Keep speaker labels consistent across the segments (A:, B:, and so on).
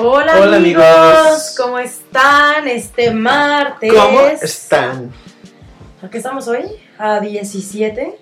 A: Hola amigos, ¿cómo están este martes?
B: ¿Cómo están?
A: ¿A qué estamos hoy? ¿A 17?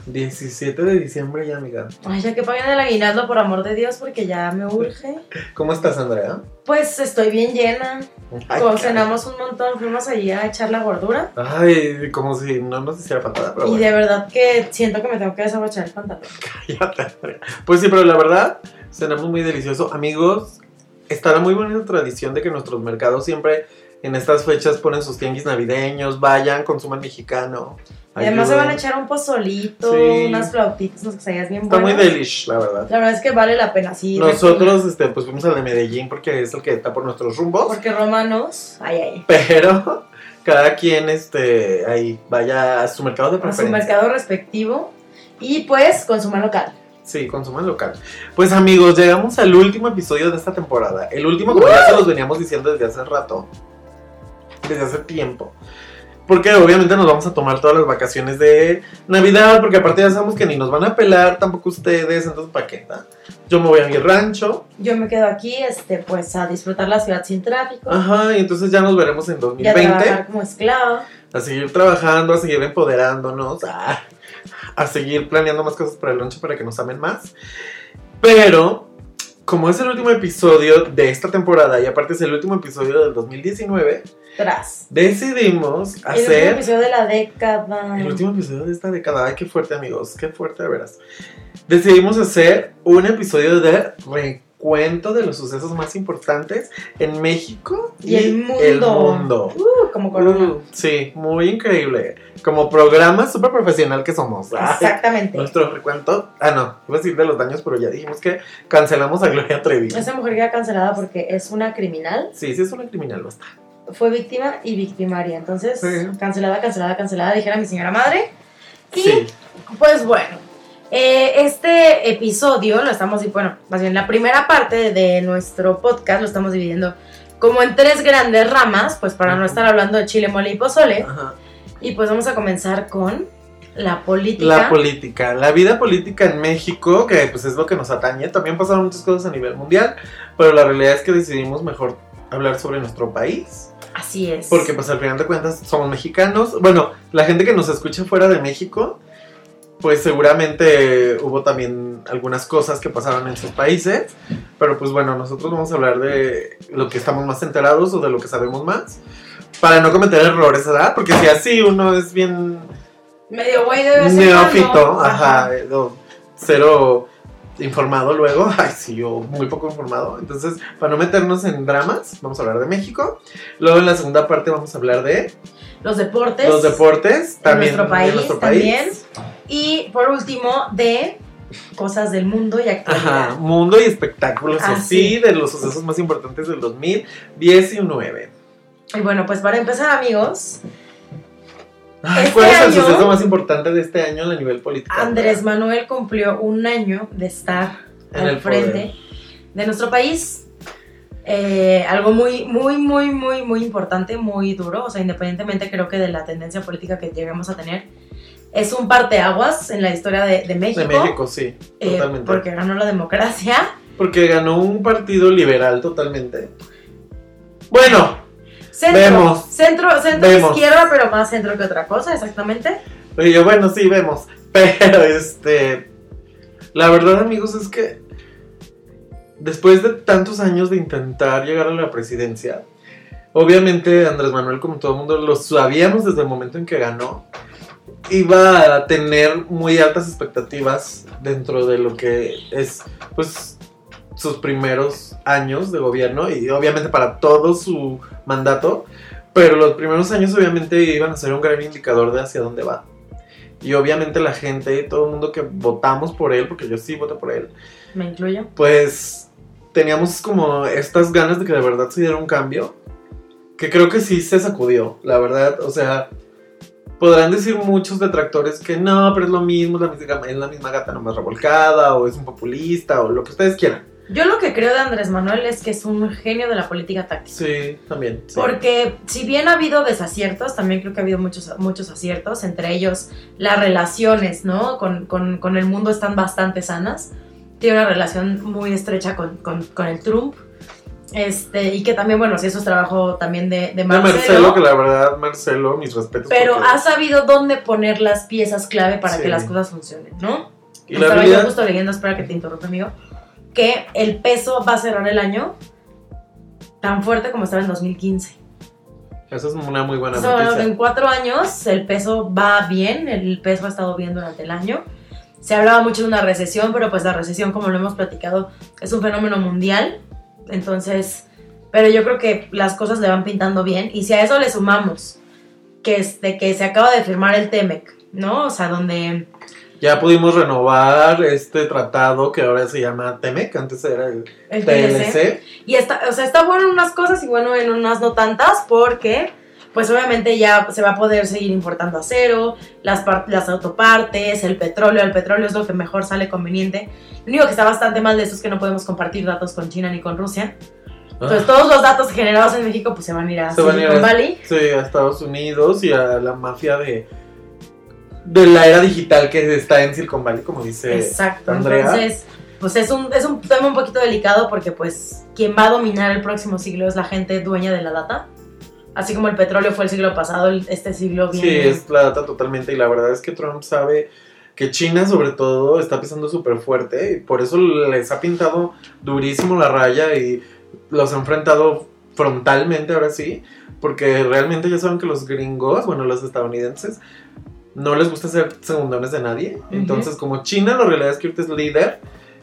B: 17 de diciembre ya, amiga.
A: Ay, ya que paguen el aguinaldo, por amor de Dios, porque ya me urge.
B: ¿Cómo estás, Andrea?
A: Pues estoy bien llena.
B: Ay,
A: cenamos un montón, fuimos allí a echar la gordura.
B: Ay, como si no nos hiciera falta, pero
A: Y
B: bueno.
A: de verdad que siento que me tengo que desabrochar el pantalón.
B: Cállate, Andrea. Pues sí, pero la verdad, cenamos muy delicioso. Amigos, está la muy bonita tradición de que nuestros mercados siempre en estas fechas ponen sus tianguis navideños, vayan, consuman mexicano.
A: Y además se
B: ayuden.
A: van a echar un pozolito,
B: Sí.
A: unas flautitas, unas quesadillas bien
B: Está
A: buenas.
B: muy delish, la verdad.
A: La verdad es que vale la pena, sí.
B: Nosotros, pues fuimos al de Medellín porque es el que está por nuestros rumbos.
A: Porque romanos, ay.
B: Pero cada quien, ahí vaya a su mercado de
A: A su
B: preferencia.
A: mercado respectivo. Y pues, consuma local.
B: Sí, consuman local. Pues amigos, llegamos al último episodio de esta temporada. El último, como ya se los veníamos diciendo desde hace rato. Desde hace tiempo. Porque obviamente nos vamos a tomar todas las vacaciones de Navidad. Porque aparte ya sabemos que ni nos van a pelar tampoco ustedes. Entonces, ¿para qué? Yo me voy a mi rancho.
A: Yo me quedo aquí, pues a disfrutar la ciudad sin tráfico.
B: Ajá, y entonces ya nos veremos en
A: Y a
B: 2020.
A: trabajar como esclava.
B: A seguir trabajando, a seguir empoderándonos, a seguir planeando más cosas para el lonche para que nos amen más. Pero, como es el último episodio de esta temporada y aparte es el último episodio del 2019, decidimos
A: El último
B: hacer
A: episodio de la década.
B: el último episodio de esta década. Ay, qué fuerte, amigos, qué fuerte de veras. Decidimos hacer un episodio de recuento de los sucesos más importantes en México
A: Y el mundo. Como Corona.
B: Sí, muy increíble. Como programa súper profesional que somos. Ay,
A: Exactamente.
B: nuestro recuento. No, iba a decir de los daños, pero ya dijimos que cancelamos a Gloria Trevi.
A: Esa mujer queda cancelada porque es una criminal.
B: Sí, es una criminal, basta.
A: Fue víctima y victimaria. Entonces,
B: Sí.
A: cancelada, dijera mi señora madre. Y
B: Sí.
A: pues bueno, este episodio lo estamos, bueno, más bien la primera parte de nuestro podcast lo estamos dividiendo como en 3 grandes ramas, pues para no estar hablando de chile, mole y pozole.
B: Ajá.
A: Y pues vamos a comenzar con la política.
B: La política, la vida política en México, que pues es lo que nos atañe. También pasaron muchas cosas a nivel mundial, pero la realidad es que decidimos mejor hablar sobre nuestro país.
A: Así es.
B: Porque pues al final de cuentas somos mexicanos. Bueno, la gente que nos escucha fuera de México, pues seguramente hubo también algunas cosas que pasaron en sus países. Pero pues bueno, nosotros vamos a hablar de lo que estamos más enterados o de lo que sabemos más. Para no cometer errores, ¿verdad? Porque si así uno es bien
A: medio güey de vez en
B: neófito,
A: cuando.
B: ajá, cero informado luego. Ay, sí, yo muy poco informado. Entonces, para no meternos en dramas, vamos a hablar de México. Luego en la segunda parte vamos a hablar de
A: Los deportes.
B: también
A: nuestro país,
B: de nuestro
A: también. Y por último, de cosas del mundo y actualidad.
B: Ajá, mundo y espectáculos,
A: Así.
B: sí, de los sucesos más importantes del 2019.
A: Y bueno, pues para empezar, amigos,
B: Ay,
A: Este
B: ¿cuál es el
A: año,
B: suceso más importante de este año a nivel político?
A: Andrés Manuel cumplió un año de estar
B: En
A: al
B: el
A: frente
B: poder
A: de nuestro país. Algo muy importante, muy duro. O sea, independientemente creo que de la tendencia política que lleguemos a tener, es un parteaguas en la historia de México.
B: De México, sí, totalmente.
A: Porque ganó la democracia.
B: Porque ganó un partido liberal totalmente. Bueno,
A: Centro
B: Vemos.
A: izquierda, pero más centro que otra cosa, exactamente.
B: bueno, sí, vemos. Pero la verdad, amigos, es que después de tantos años de intentar llegar a la presidencia, obviamente Andrés Manuel, como todo el mundo lo sabíamos desde el momento en que ganó, iba a tener muy altas expectativas dentro de lo que es, pues, sus primeros años de gobierno y obviamente para todo su mandato, pero los primeros años obviamente iban a ser un gran indicador de hacia dónde va. Y obviamente la gente y todo el mundo que votamos por él, porque yo sí voté por él,
A: Me incluyo.
B: pues teníamos como estas ganas de que de verdad se diera un cambio, que creo que sí se sacudió, la verdad. O sea, podrán decir muchos detractores que no, pero es lo mismo, es la misma gata nomás revolcada, o es un populista, o lo que ustedes quieran.
A: Yo lo que creo de Andrés Manuel es que es un genio de la política táctica.
B: Sí, también. Sí.
A: Porque si bien ha habido desaciertos, también creo que ha habido muchos aciertos, entre ellos las relaciones, ¿no? Con el mundo están bastante sanas. Tiene una relación muy estrecha con el Trump. Y que también, bueno, sí, eso es trabajo también de
B: De
A: Marcelo.
B: Marcelo, que la verdad, Marcelo, mis respetos.
A: Pero
B: porque-
A: ha sabido dónde poner las piezas clave para
B: Sí.
A: que las cosas funcionen, ¿no?
B: Y la
A: Estaba
B: realidad,
A: yo justo leyendo, espera que te interrumpa, amigo, que el peso va a cerrar el año tan fuerte como estaba en 2015.
B: eso es una muy buena
A: Estamos hablando que
B: noticia.
A: en 4 años el peso va bien, el peso ha estado bien durante el año. Se hablaba mucho de una recesión, pero pues la recesión, como lo hemos platicado, es un fenómeno mundial. Entonces, pero yo creo que las cosas le van pintando bien. Y si a eso le sumamos que se acaba de firmar el TEMEC, ¿no? O sea, donde...
B: Ya pudimos renovar este tratado que ahora se llama TEMEC, antes era el TLC.
A: Y está bueno en unas cosas y bueno en unas no tantas, porque pues obviamente ya se va a poder seguir importando acero, las autopartes, el petróleo es lo que mejor sale conveniente. Lo único que está bastante mal de eso es que no podemos compartir datos con China ni con Rusia. Entonces todos los datos generados en México pues se van a ir a Silicon Valley.
B: Sí, a Estados Unidos y a la mafia de la era digital que está en Silicon Valley, como dice
A: Exacto,
B: Andrea.
A: entonces pues es un tema un poquito delicado porque pues quien va a dominar el próximo siglo es la gente dueña de la data. Así como el petróleo fue el siglo pasado, este siglo viene...
B: Sí, es la data totalmente, y la verdad es que Trump sabe que China sobre todo está pisando súper fuerte y por eso les ha pintado durísimo la raya y los ha enfrentado frontalmente ahora sí, porque realmente ya saben que los gringos, bueno, los estadounidenses, no les gusta ser segundones de nadie. Entonces, como China la realidad es que ahorita es líder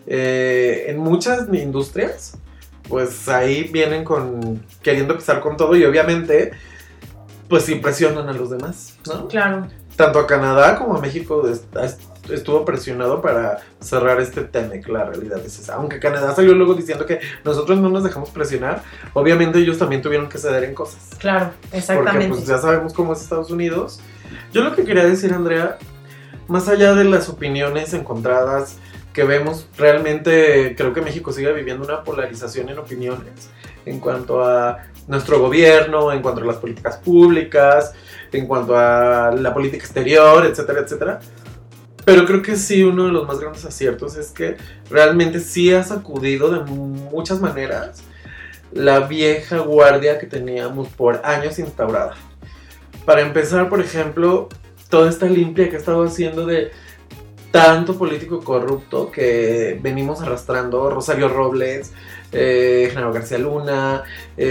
B: en muchas industrias, pues ahí vienen queriendo empezar con todo y obviamente pues sí presionan a los demás, ¿no?
A: Claro.
B: Tanto a Canadá como a México estuvo presionado para cerrar este TEMEC, la realidad es esa. Aunque Canadá salió luego diciendo que nosotros no nos dejamos presionar, obviamente ellos también tuvieron que ceder en cosas.
A: Claro, exactamente.
B: Porque pues ya sabemos cómo es Estados Unidos. Yo lo que quería decir, Andrea, más allá de las opiniones encontradas que vemos, realmente creo que México sigue viviendo una polarización en opiniones en cuanto a nuestro gobierno, en cuanto a las políticas públicas, en cuanto a la política exterior, etcétera, etcétera. Pero creo que sí, uno de los más grandes aciertos es que realmente sí ha sacudido de muchas maneras la vieja guardia que teníamos por años instaurada. Para empezar, por ejemplo, toda esta limpia que ha estado haciendo de tanto político corrupto que venimos arrastrando, Rosario Robles, Genaro García Luna,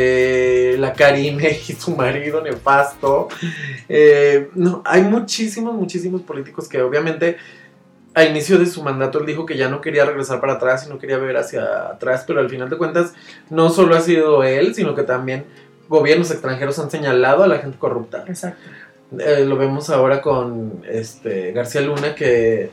B: la Karime y su marido nefasto. No, hay muchísimos políticos que obviamente a inicio de su mandato él dijo que ya no quería regresar para atrás y no quería ver hacia atrás, pero al final de cuentas no solo ha sido él, sino que también gobiernos extranjeros han señalado a la gente corrupta.
A: Exacto.
B: Lo vemos ahora con García Luna, que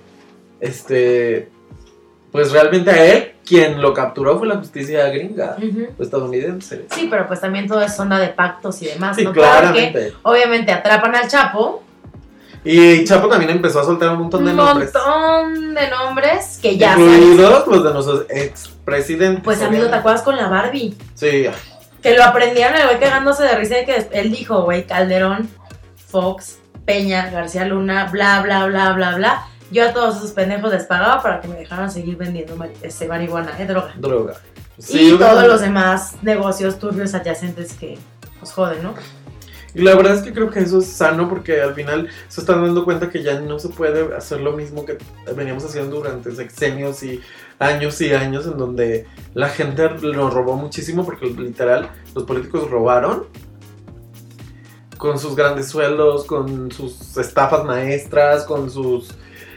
B: pues realmente a él quien lo capturó fue la justicia gringa, estadounidense.
A: Sí, pero pues también todo es onda de pactos y demás,
B: Sí,
A: ¿no?
B: claramente.
A: Porque obviamente atrapan al Chapo.
B: Y Chapo también empezó a soltar un montón de nombres.
A: Que ya
B: incluidos los de nuestros expresidentes.
A: Pues amigo, ¿te acuerdas con la Barbie?
B: Sí.
A: Que lo aprendieron el güey cagándose de risa de que él dijo, güey, Calderón, Fox, Peña, García Luna, bla, bla, bla, bla, bla. Yo a todos esos pendejos les pagaba para que me dejaran seguir vendiendo marihuana, droga.
B: Sí,
A: y todos los demás negocios turbios adyacentes que pues joden, ¿no?
B: Y la verdad es que creo que eso es sano porque al final se están dando cuenta que ya no se puede hacer lo mismo que veníamos haciendo durante sexenios y años en donde la gente nos robó muchísimo porque literal los políticos robaron con sus grandes sueldos, con sus estafas maestras, con sus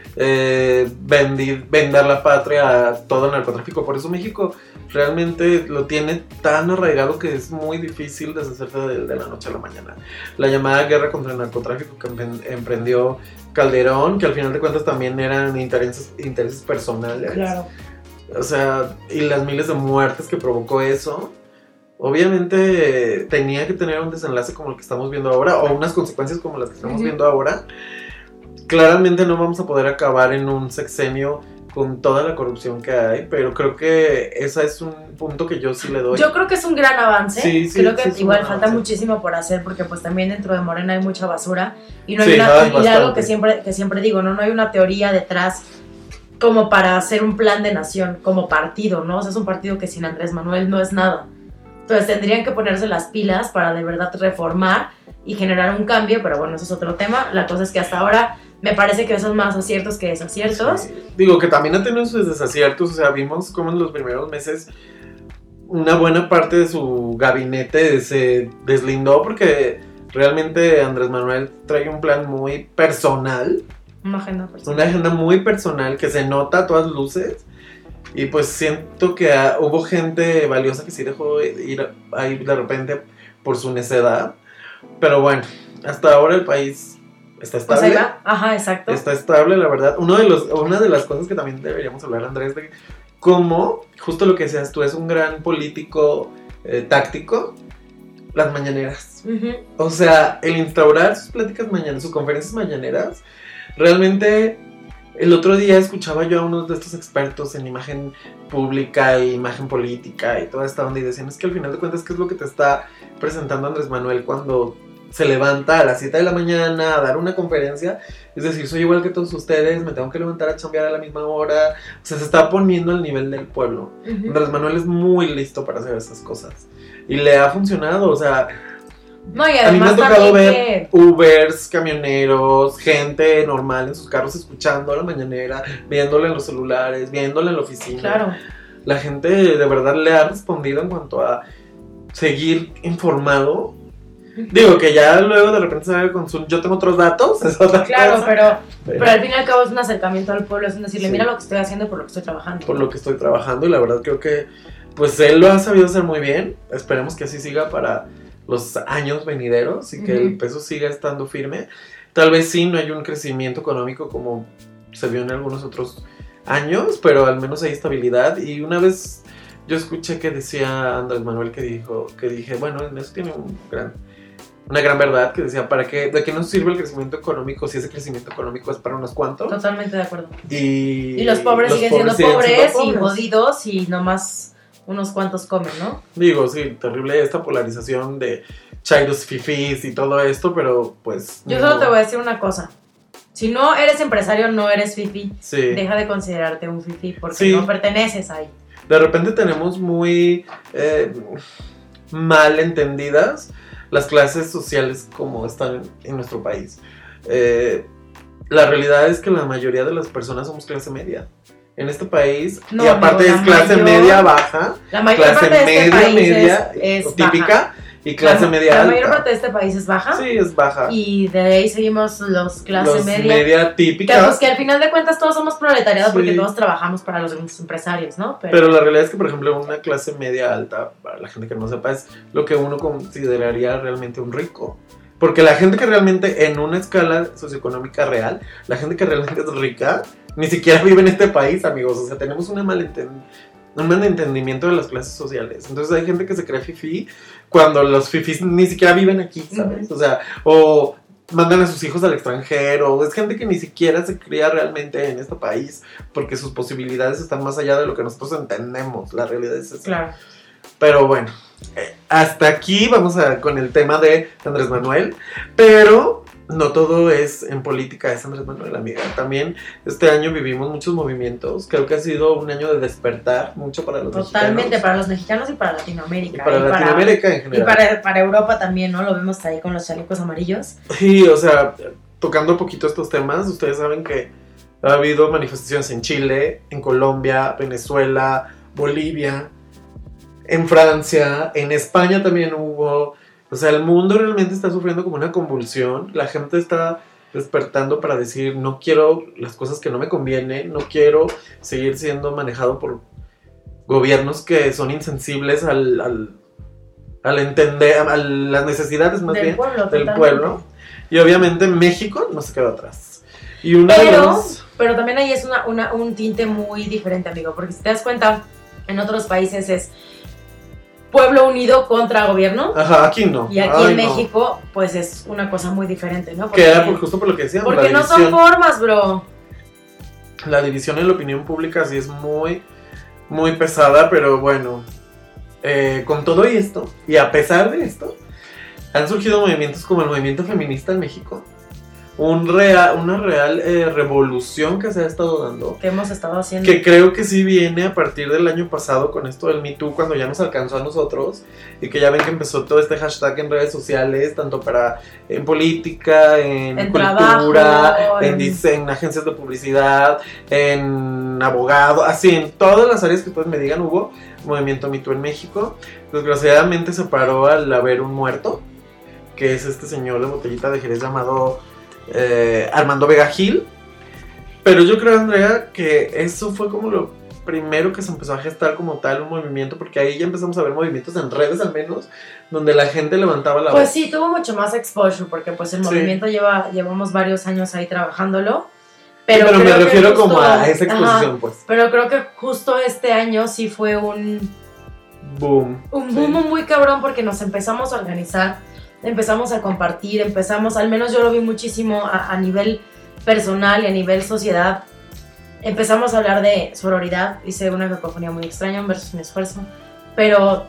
B: vender la patria a todo el narcotráfico. Por eso México realmente lo tiene tan arraigado que es muy difícil deshacerse de la noche a la mañana. La llamada guerra contra el narcotráfico que emprendió Calderón, que al final de cuentas también eran intereses personales.
A: Claro.
B: O sea, y las miles de muertes que provocó eso, obviamente tenía que tener un desenlace como el que estamos viendo ahora, o unas consecuencias como las que estamos viendo ahora. Claramente no vamos a poder acabar en un sexenio con toda la corrupción que hay, pero creo que ese es un punto que yo sí le doy.
A: Yo creo que es un gran avance.
B: Sí,
A: creo que
B: sí,
A: igual falta muchísimo por hacer, porque pues también dentro de Morena hay mucha basura y no hay
B: Sí,
A: y algo que siempre digo, no hay una teoría detrás como para hacer un plan de nación como partido, ¿no? O sea, es un partido que sin Andrés Manuel no es nada. Entonces tendrían que ponerse las pilas para de verdad reformar y generar un cambio, pero bueno, eso es otro tema. La cosa es que hasta ahora me parece que son más aciertos que desaciertos.
B: Sí. Digo que también ha tenido sus desaciertos, o sea, vimos cómo en los primeros meses una buena parte de su gabinete se deslindó porque realmente Andrés Manuel trae un plan muy personal.
A: Una agenda personal.
B: Una agenda muy personal que se nota a todas luces. Y pues siento que hubo gente valiosa que sí dejó ir ahí de repente por su necedad. Pero bueno, hasta ahora el país está estable.
A: Pues ahí va. Ajá, exacto.
B: Está estable, la verdad. Una de las cosas que también deberíamos hablar, Andrés, de cómo, justo lo que decías tú, es un gran político táctico, las mañaneras.
A: Uh-huh.
B: O sea, el instaurar sus pláticas mañaneras, sus conferencias mañaneras, realmente... El otro día escuchaba yo a unos de estos expertos en imagen pública e imagen política y toda esta onda y decían, es que al final de cuentas, ¿qué es lo que te está presentando Andrés Manuel cuando se levanta a las 7 de la mañana a dar una conferencia? Es decir, soy igual que todos ustedes, me tengo que levantar a chambear a la misma hora. O sea, se está poniendo al nivel del pueblo.
A: Uh-huh.
B: Andrés Manuel es muy listo para hacer esas cosas. Y le ha funcionado, o sea...
A: No, y
B: a mí me ha
A: además
B: tocado ver
A: que...
B: Ubers, camioneros, gente normal en sus carros escuchando a la mañanera, viéndole en los celulares, viéndole en la oficina.
A: Claro.
B: La gente de verdad le ha respondido en cuanto a seguir informado. Digo que ya luego de repente se ve con su... Yo tengo otros datos, es otra
A: Claro,
B: cosa.
A: pero al fin y al cabo es un acercamiento al pueblo, es decirle,
B: Sí.
A: Mira lo que estoy haciendo por lo que estoy trabajando.
B: Por lo que estoy trabajando y la verdad creo que pues él lo ha sabido hacer muy bien. Esperemos que así siga para los años venideros y que el peso siga estando firme. Tal vez sí no hay un crecimiento económico como se vio en algunos otros años, pero al menos hay estabilidad. Y una vez yo escuché que decía Andrés Manuel que dije, bueno, en eso tiene una gran verdad, que decía, ¿de qué nos sirve el crecimiento económico si ese crecimiento económico es para unos cuantos?
A: Totalmente de acuerdo.
B: Y
A: los pobres siguen siendo pobres y jodidos y nomás unos cuantos comen, ¿no?
B: Digo, sí, terrible esta polarización de chairos fifís y todo esto, pero pues...
A: Yo solo te voy a decir una cosa. Si no eres empresario, no eres fifí.
B: Sí.
A: Deja de considerarte un fifí porque
B: Sí.
A: no perteneces ahí.
B: De repente tenemos muy mal entendidas las clases sociales como están en nuestro país. La realidad es que la mayoría de las personas somos clase media en este país,
A: no,
B: y aparte
A: amigo,
B: es clase media baja,
A: la mayor
B: clase
A: parte de este país
B: media
A: es
B: típica
A: baja.
B: Y clase media
A: la
B: alta.
A: mayor parte de este país es baja.
B: Sí, es baja.
A: Y de ahí seguimos los clase media
B: típica.
A: Que, pues, que al final de cuentas todos somos proletariado, sí, porque todos trabajamos para los empresarios, ¿no?
B: Pero la realidad es que, por ejemplo, una clase media alta, para la gente que no sepa, es lo que uno consideraría realmente un rico. Porque la gente que realmente, en una escala socioeconómica real, la gente que realmente es rica, ni siquiera vive en este país, amigos. O sea, tenemos un mal entendimiento de las clases sociales. Entonces hay gente que se cree fifí cuando los fifís ni siquiera viven aquí, ¿sabes? O sea, o mandan a sus hijos al extranjero. Es gente que ni siquiera se cría realmente en este país porque sus posibilidades están más allá de lo que nosotros entendemos. La realidad es esa.
A: Claro.
B: Pero bueno, hasta aquí vamos con el tema de Andrés Manuel. Pero no todo es en política, es Andrés Manuel, amiga. También este año vivimos muchos movimientos. Creo que ha sido un año de despertar mucho para los
A: Totalmente,
B: mexicanos.
A: para los mexicanos y para Latinoamérica.
B: Y para Latinoamérica en general.
A: Y para Europa también, ¿no? Lo vemos ahí con los chalecos amarillos.
B: Sí, o sea, tocando un poquito estos temas, ustedes saben que ha habido manifestaciones en Chile, en Colombia, Venezuela, Bolivia, en Francia, en España también hubo. O sea, el mundo realmente está sufriendo como una convulsión. La gente está despertando para decir, no quiero las cosas que no me convienen, no quiero seguir siendo manejado por gobiernos que son insensibles al entender, a las necesidades más bien del pueblo. Y obviamente México no se quedó atrás. Y
A: pero también ahí es un tinte muy diferente, amigo, porque si te das cuenta, en otros países es pueblo unido contra gobierno.
B: Ajá, aquí no.
A: Y aquí en México, pues es una cosa muy diferente, ¿no?
B: Porque, que era justo por lo que decíamos.
A: Porque no son formas, bro.
B: La división en la opinión pública sí es muy, muy pesada, pero bueno, con todo esto, y a pesar de esto, han surgido movimientos como el movimiento feminista en México. una real revolución que se ha estado dando.
A: Que hemos estado haciendo.
B: Que creo que sí viene a partir del año pasado con esto del Me Too, cuando ya nos alcanzó a nosotros y que ya ven que empezó todo este hashtag en redes sociales, tanto en política, en cultura,
A: trabajo,
B: en agencias de publicidad, en abogado, así en todas las áreas que me digan hubo movimiento Me Too en México. Desgraciadamente se paró al haber un muerto, que es este señor de Botellita de Jerez llamado Armando Vega Gil. Pero yo creo, Andrea, que eso fue como lo primero que se empezó a gestar como tal un movimiento, porque ahí ya empezamos a ver movimientos en redes al menos, donde la gente levantaba la voz.
A: Pues sí, tuvo mucho más exposure, porque pues el movimiento llevamos varios años ahí trabajándolo. Pero
B: me refiero como a esa exposición, pues.
A: Pero creo que justo este año sí fue un
B: boom.
A: Un boom muy cabrón, porque nos empezamos a organizar, empezamos a compartir, al menos yo lo vi muchísimo a nivel personal y a nivel sociedad. Empezamos a hablar de sororidad, hice una cacofonía muy extraña versus mi esfuerzo, pero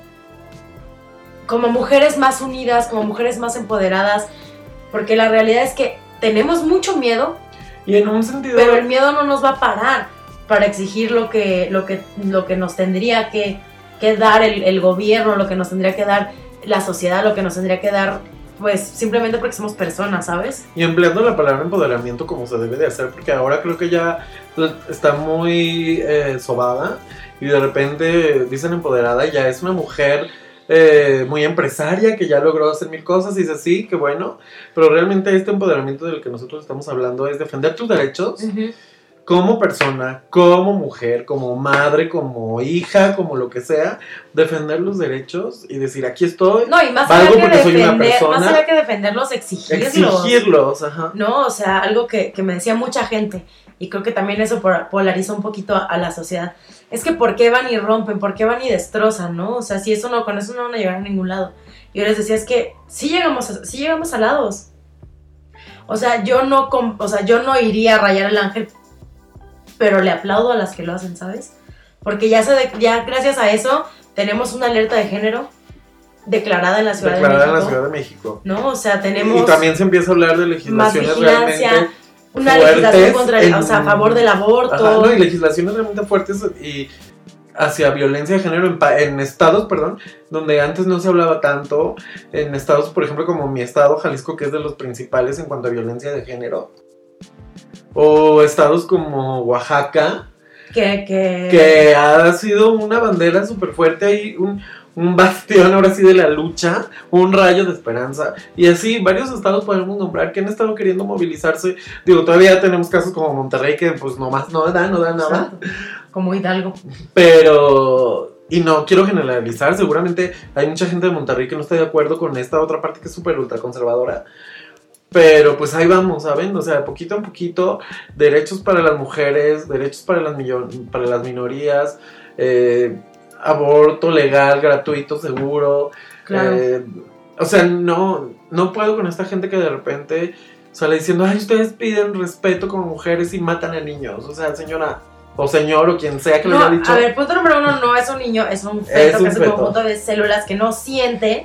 A: como mujeres más unidas, como mujeres más empoderadas, porque la realidad es que tenemos mucho miedo,
B: y en un sentido,
A: pero el miedo no nos va a parar para exigir lo que nos tendría que dar el gobierno, lo que nos tendría que dar la sociedad, lo que nos tendría que dar, pues simplemente porque somos personas, ¿sabes?
B: Y empleando la palabra empoderamiento como se debe de hacer, porque ahora creo que ya está muy sobada y de repente dicen empoderada y ya es una mujer muy empresaria que ya logró hacer mil cosas y dice sí, qué bueno, pero realmente este empoderamiento del que nosotros estamos hablando es defender tus derechos. Uh-huh. Como persona, como mujer, como madre, como hija, como lo que sea, defender los derechos y decir, aquí estoy,
A: no, y más
B: valgo
A: allá
B: porque
A: que
B: soy una persona.
A: Más allá que defenderlos, exigirlos.
B: Ajá.
A: No, o sea, algo que me decía mucha gente, y creo que también eso polariza un poquito a la sociedad, es que ¿por qué van y rompen? ¿Por qué van y destrozan? ¿No? O sea, si eso no, con eso no van a llegar a ningún lado. Y yo les decía, es que sí llegamos a lados. O sea, yo no iría a rayar el ángel, pero le aplaudo a las que lo hacen, ¿sabes? Porque ya gracias a eso tenemos una alerta de género declarada en la Ciudad
B: de México.
A: ¿No? O sea, tenemos...
B: Y también se empieza a hablar de legislaciones realmente
A: una
B: fuertes
A: legislación a favor del aborto.
B: Ajá, no, y legislaciones realmente fuertes y hacia violencia de género en estados, donde antes no se hablaba tanto, en estados, por ejemplo, como mi estado, Jalisco, que es de los principales en cuanto a violencia de género. O estados como Oaxaca, que ha sido una bandera súper fuerte ahí, un bastión ahora sí de la lucha, un rayo de esperanza. Y así varios estados podemos nombrar que han estado queriendo movilizarse. Digo, todavía tenemos casos como Monterrey que pues nomás no da nada.
A: Exacto. Como Hidalgo.
B: Pero... Y no quiero generalizar, seguramente hay mucha gente de Monterrey que no está de acuerdo con esta otra parte que es súper ultra conservadora. Pero pues ahí vamos, ¿saben? O sea, de poquito a poquito, derechos para las mujeres, derechos para las minorías, aborto legal, gratuito, seguro.
A: Claro.
B: O sea, no puedo con esta gente que de repente sale diciendo, ay, ustedes piden respeto como mujeres y matan a niños. O sea, señora o señor o quien sea que lo haya dicho.
A: A ver, punto número 1, no es un niño, es un feto, que es un conjunto de células que no siente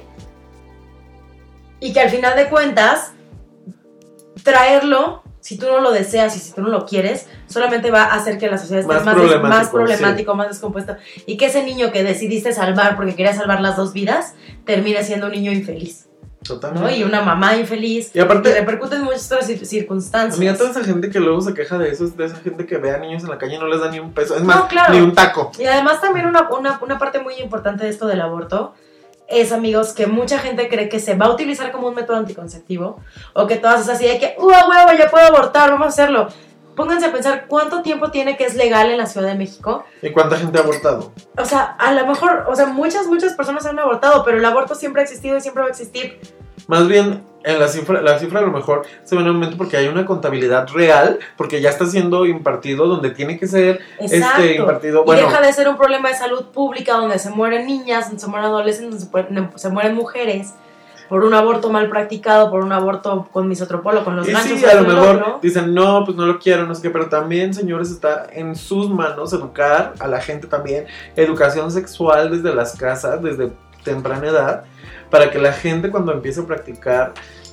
A: y que al final de cuentas traerlo, si tú no lo deseas y si tú no lo quieres, solamente va a hacer que la sociedad esté más problemático, sí, más descompuesto, y que ese niño que decidiste salvar porque quería salvar las dos vidas, termine siendo un niño infeliz.
B: Totalmente.
A: ¿No? Y una mamá infeliz,
B: y aparte,
A: repercute en muchas otras circunstancias.
B: Mira, toda esa gente que luego se queja de eso, es de esa gente que ve a niños en la calle y no les da ni un peso, es más, no, claro, ni un taco.
A: Y además también una parte muy importante de esto del aborto es, amigos, que mucha gente cree que se va a utilizar como un método anticonceptivo, o que todas es así de que, huevo, ya puedo abortar, vamos a hacerlo. Pónganse a pensar cuánto tiempo tiene que es legal en la Ciudad de México.
B: ¿Y cuánta gente ha abortado?
A: O sea, a lo mejor, muchas personas han abortado, pero el aborto siempre ha existido y siempre va a existir.
B: Más bien, en la cifra a lo mejor se ve en un momento porque hay una contabilidad real, porque ya está siendo impartido donde tiene que ser impartido.
A: Y deja de ser un problema de salud pública donde se mueren niñas, donde se mueren adolescentes, donde se mueren mujeres por un aborto mal practicado, por un aborto con misotropolo, con los ganchos.
B: Sí, a lo mejor ¿no? Dicen, no, pues no lo quiero, no sé qué, pero también, señores, está en sus manos educar a la gente también, educación sexual desde las casas, desde temprana edad, para que la gente cuando empiece a practicar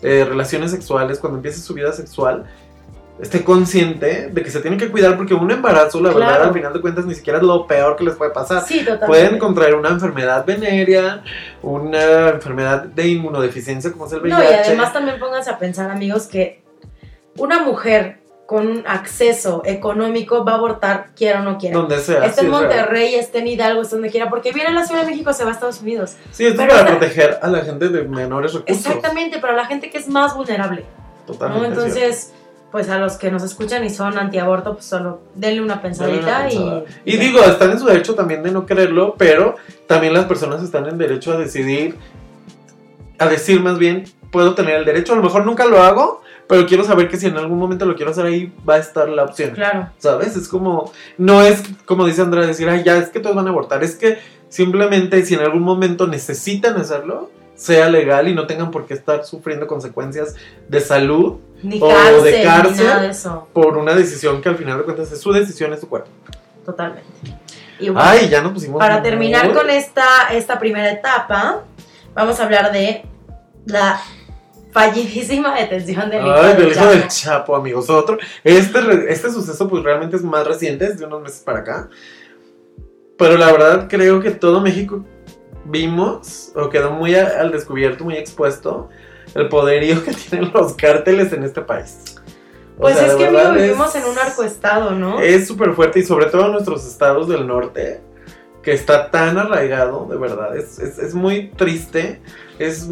B: relaciones sexuales, cuando empiece su vida sexual, esté consciente de que se tiene que cuidar, porque un embarazo, la verdad, al final de cuentas, ni siquiera es lo peor que les puede pasar.
A: Sí, totalmente.
B: Pueden contraer una enfermedad venérea, una enfermedad de inmunodeficiencia como es el VIH.
A: No, y además también pónganse a pensar, amigos, que una mujer con un acceso económico va a abortar, quiera o no quiera.
B: Donde sea.
A: Esté en Monterrey, esté en Hidalgo, esté donde quiera, porque viene a la Ciudad de México, se va a Estados Unidos.
B: Sí, esto es para proteger a la gente de menores recursos.
A: Exactamente, para la gente que es más vulnerable.
B: Totalmente.
A: ¿No? Entonces, pues a los que nos escuchan y son antiaborto, pues solo denle una pensadita
B: y digo, están en su derecho también de no quererlo, pero también las personas están en derecho a decidir, a decir más bien, puedo tener el derecho, a lo mejor nunca lo hago, pero quiero saber que si en algún momento lo quiero hacer, ahí va a estar la opción.
A: Claro.
B: ¿Sabes? Es como, no es como dice Andrea, decir, ay, ya, es que todos van a abortar. Es que simplemente si en algún momento necesitan hacerlo, sea legal y no tengan por qué estar sufriendo consecuencias de salud
A: ni
B: o
A: cárcel,
B: de cárcel
A: ni nada de eso.
B: Por una decisión que al final de cuentas es su decisión, es su cuerpo.
A: Totalmente. Y bueno,
B: ay, ya nos pusimos.
A: Para terminar con esta primera etapa, vamos a hablar de la fallidísima detención del
B: hijo del Chapo, amigos. Este suceso pues realmente es más reciente, es de unos meses para acá. Pero la verdad creo que todo México vimos, o quedó muy al descubierto, muy expuesto, el poderío que tienen los cárteles en este país.
A: Pues es que, amigo, vivimos en un narcoestado, ¿no?
B: Es súper fuerte, y sobre todo en nuestros estados del norte, que está tan arraigado, de verdad. Es muy triste, es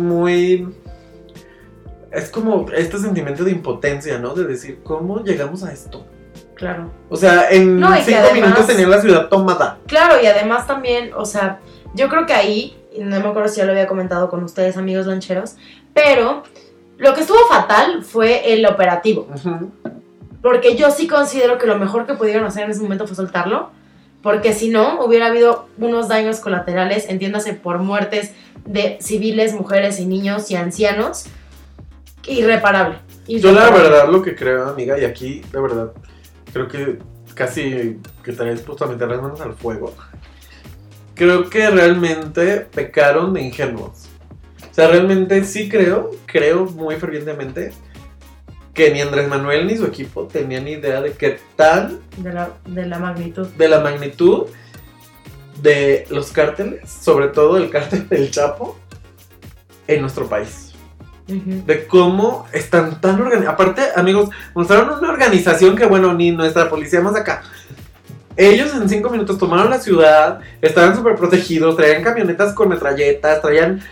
B: como este sentimiento de impotencia, ¿no? De decir, ¿cómo llegamos a esto?
A: Claro.
B: O sea, en 5 minutos tenían la ciudad tomada.
A: Claro, y además también, o sea, yo creo que ahí, no me acuerdo si ya lo había comentado con ustedes, amigos lancheros, pero lo que estuvo fatal fue el operativo. Uh-huh. Porque yo sí considero que lo mejor que pudieron hacer en ese momento fue soltarlo, porque si no, hubiera habido unos daños colaterales, entiéndase, por muertes de civiles, mujeres y niños y ancianos, irreparable.
B: Yo la verdad lo que creo, amiga, y aquí de verdad creo que casi que estaría dispuesto a meter las manos al fuego, creo que realmente pecaron de ingenuos. O sea, realmente sí creo muy fervientemente que ni Andrés Manuel ni su equipo tenían idea de qué tan...
A: De la magnitud.
B: De la magnitud de los cárteles, sobre todo el cártel del Chapo, en nuestro país. Uh-huh. De cómo están tan organizados. Aparte, amigos, mostraron una organización que, bueno, ni nuestra policía más acá. Ellos en 5 minutos tomaron la ciudad, estaban súper protegidos, traían camionetas con metralletas, traían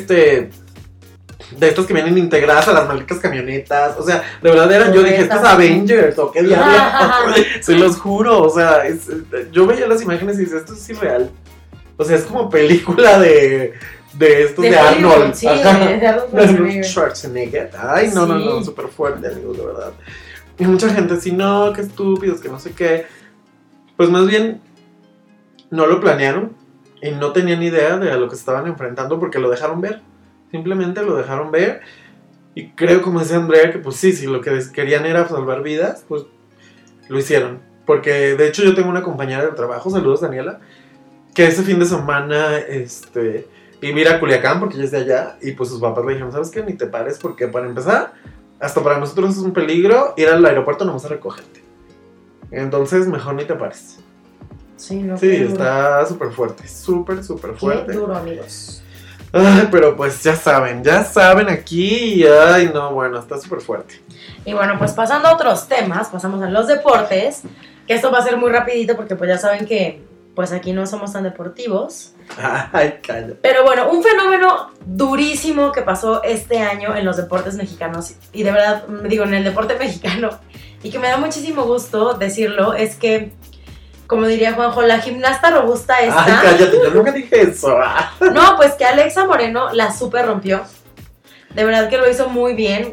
B: de estos que vienen integradas a las malditas camionetas. O sea, de verdad era, yo dije, estos Avengers o qué diablos. Se los juro, o sea, yo veía las imágenes y decía, esto es irreal. O sea, es como película de estos de Arnold.
A: Sí, de
B: Arnold Schwarzenegger. Ay, no, súper fuerte, amigos, de verdad. Y mucha gente así, no, qué estúpidos, que no sé qué. Pues más bien, no lo planearon y no tenían idea de a lo que se estaban enfrentando porque lo dejaron ver. Simplemente lo dejaron ver. Y creo, como decía Andrea, que pues sí, si lo que querían era salvar vidas, pues lo hicieron. Porque de hecho yo tengo una compañera de trabajo, saludos Daniela, que ese fin de semana iba a ir a Culiacán porque ella es de allá. Y pues sus papás le dijeron, ¿sabes qué? Ni te pares porque para empezar, hasta para nosotros es un peligro ir al aeropuerto nomás a recogerte. Entonces mejor ni te pares.
A: Sí, no.
B: Sí, está súper fuerte, súper fuerte.
A: Qué duro, amigos.
B: Ay, pero pues ya saben aquí. Ay, no, bueno, está súper fuerte.
A: Y bueno, pues pasando a otros temas, pasamos a los deportes, que esto va a ser muy rapidito porque pues ya saben que pues aquí no somos tan deportivos.
B: Ay, calla.
A: Pero bueno, un fenómeno durísimo que pasó este año en los deportes mexicanos, y de verdad, digo, en el deporte mexicano, y que me da muchísimo gusto decirlo, es que, como diría Juanjo, la gimnasta robusta esta...
B: Ay, cállate, yo nunca dije eso.
A: No, pues que Alexa Moreno la super rompió. De verdad que lo hizo muy bien.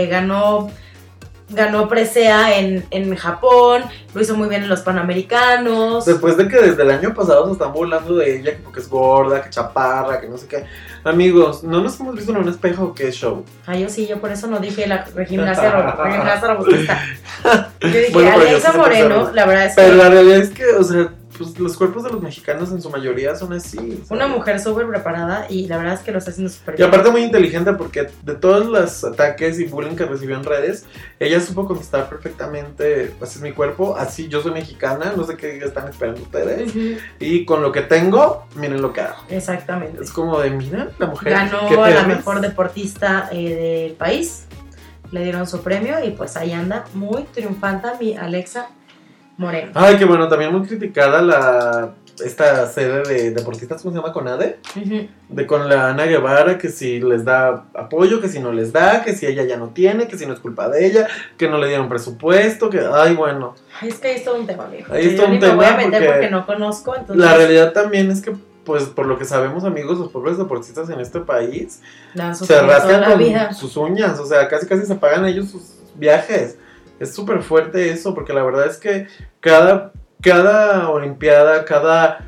A: Ganó presea en Japón, lo hizo muy bien en los Panamericanos.
B: Después de que desde el año pasado se están burlando de ella, porque es gorda, que chaparra, que no sé qué. Amigos, ¿no nos hemos visto en un espejo? ¿Qué show?
A: Ay, yo por eso no dije la gimnasia robustista. Yo dije,
B: bueno,
A: Alexa Moreno, la verdad es que...
B: Pero la realidad es que, o sea, pues los cuerpos de los mexicanos en su mayoría son así, ¿sabes?
A: Una mujer súper preparada y la verdad es que lo está haciendo súper
B: Y
A: bien.
B: aparte muy inteligente porque de todos los ataques y bullying que recibió en redes, ella supo contestar perfectamente, así es mi cuerpo, así yo soy mexicana, no sé qué están esperando ustedes.
A: Ujú.
B: Y con lo que tengo, miren lo que hago.
A: Exactamente.
B: Es como de, mira, la mujer
A: Ganó
B: ¿qué
A: a la
B: temes?
A: mejor deportista del país. Le dieron su premio y pues ahí anda muy triunfante mi Alexa Moreno.
B: Ay, qué bueno, también muy criticada esta sede de deportistas, ¿cómo se llama? ¿CONADE?
A: Ujú.
B: Con la Ana Guevara, que si les da apoyo, que si no les da, que si ella ya no tiene, que si no es culpa de ella, que no le dieron presupuesto, que, ay, bueno.
A: Ay, es que ahí es todo un tema, amigo.
B: Ahí es
A: Yo
B: todo un
A: ni me voy a
B: tema
A: meter
B: porque
A: porque no conozco, entonces
B: La realidad también es que, pues, por lo que sabemos, amigos, los pobres deportistas en este país
A: la han
B: se
A: sufrido toda
B: rascan
A: la
B: con
A: vida.
B: sus uñas, o sea, casi se pagan ellos sus viajes. Es súper fuerte eso, porque la verdad es que cada olimpiada, cada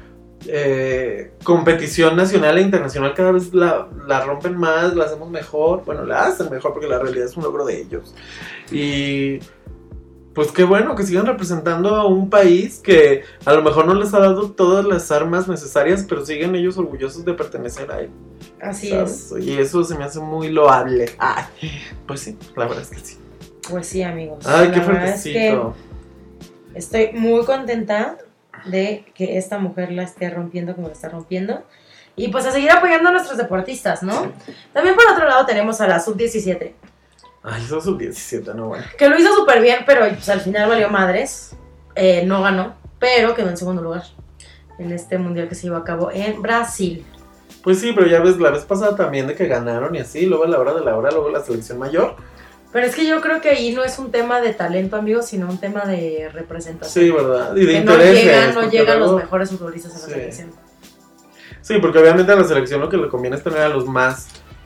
B: competición nacional e internacional, cada vez la rompen más, la hacemos mejor, bueno, la hacen mejor porque la realidad es un logro de ellos. Y pues qué bueno que sigan representando a un país que a lo mejor no les ha dado todas las armas necesarias, pero siguen ellos orgullosos de pertenecer a él.
A: Así
B: ¿sabes?
A: es.
B: Y eso se me hace muy loable. Ay, pues sí, la verdad es que sí.
A: Pues sí, amigos.
B: Ay, qué
A: La verdad es que
B: fuertecito.
A: estoy muy contenta de que esta mujer la esté rompiendo como la está rompiendo. Y pues a seguir apoyando a nuestros deportistas, ¿no?
B: Sí.
A: También por otro lado tenemos a la sub-17,
B: Ay, eso es un 17, no, bueno.
A: que lo hizo súper bien, pero pues, al final valió madres. No ganó, pero quedó en segundo lugar en este mundial que se llevó a cabo en Brasil.
B: Pues sí, pero ya ves, la vez pasada también de que ganaron y así, luego a la hora de la hora, luego la selección mayor.
A: Pero es que yo creo que ahí no es un tema de talento, amigos, sino un tema de representación.
B: Sí, ¿verdad? Y de
A: que
B: intereses.
A: no
B: porque
A: llegan
B: luego-
A: los mejores futbolistas a la
B: Sí.
A: selección.
B: Sí, porque obviamente a la selección lo que le conviene es tener a los más...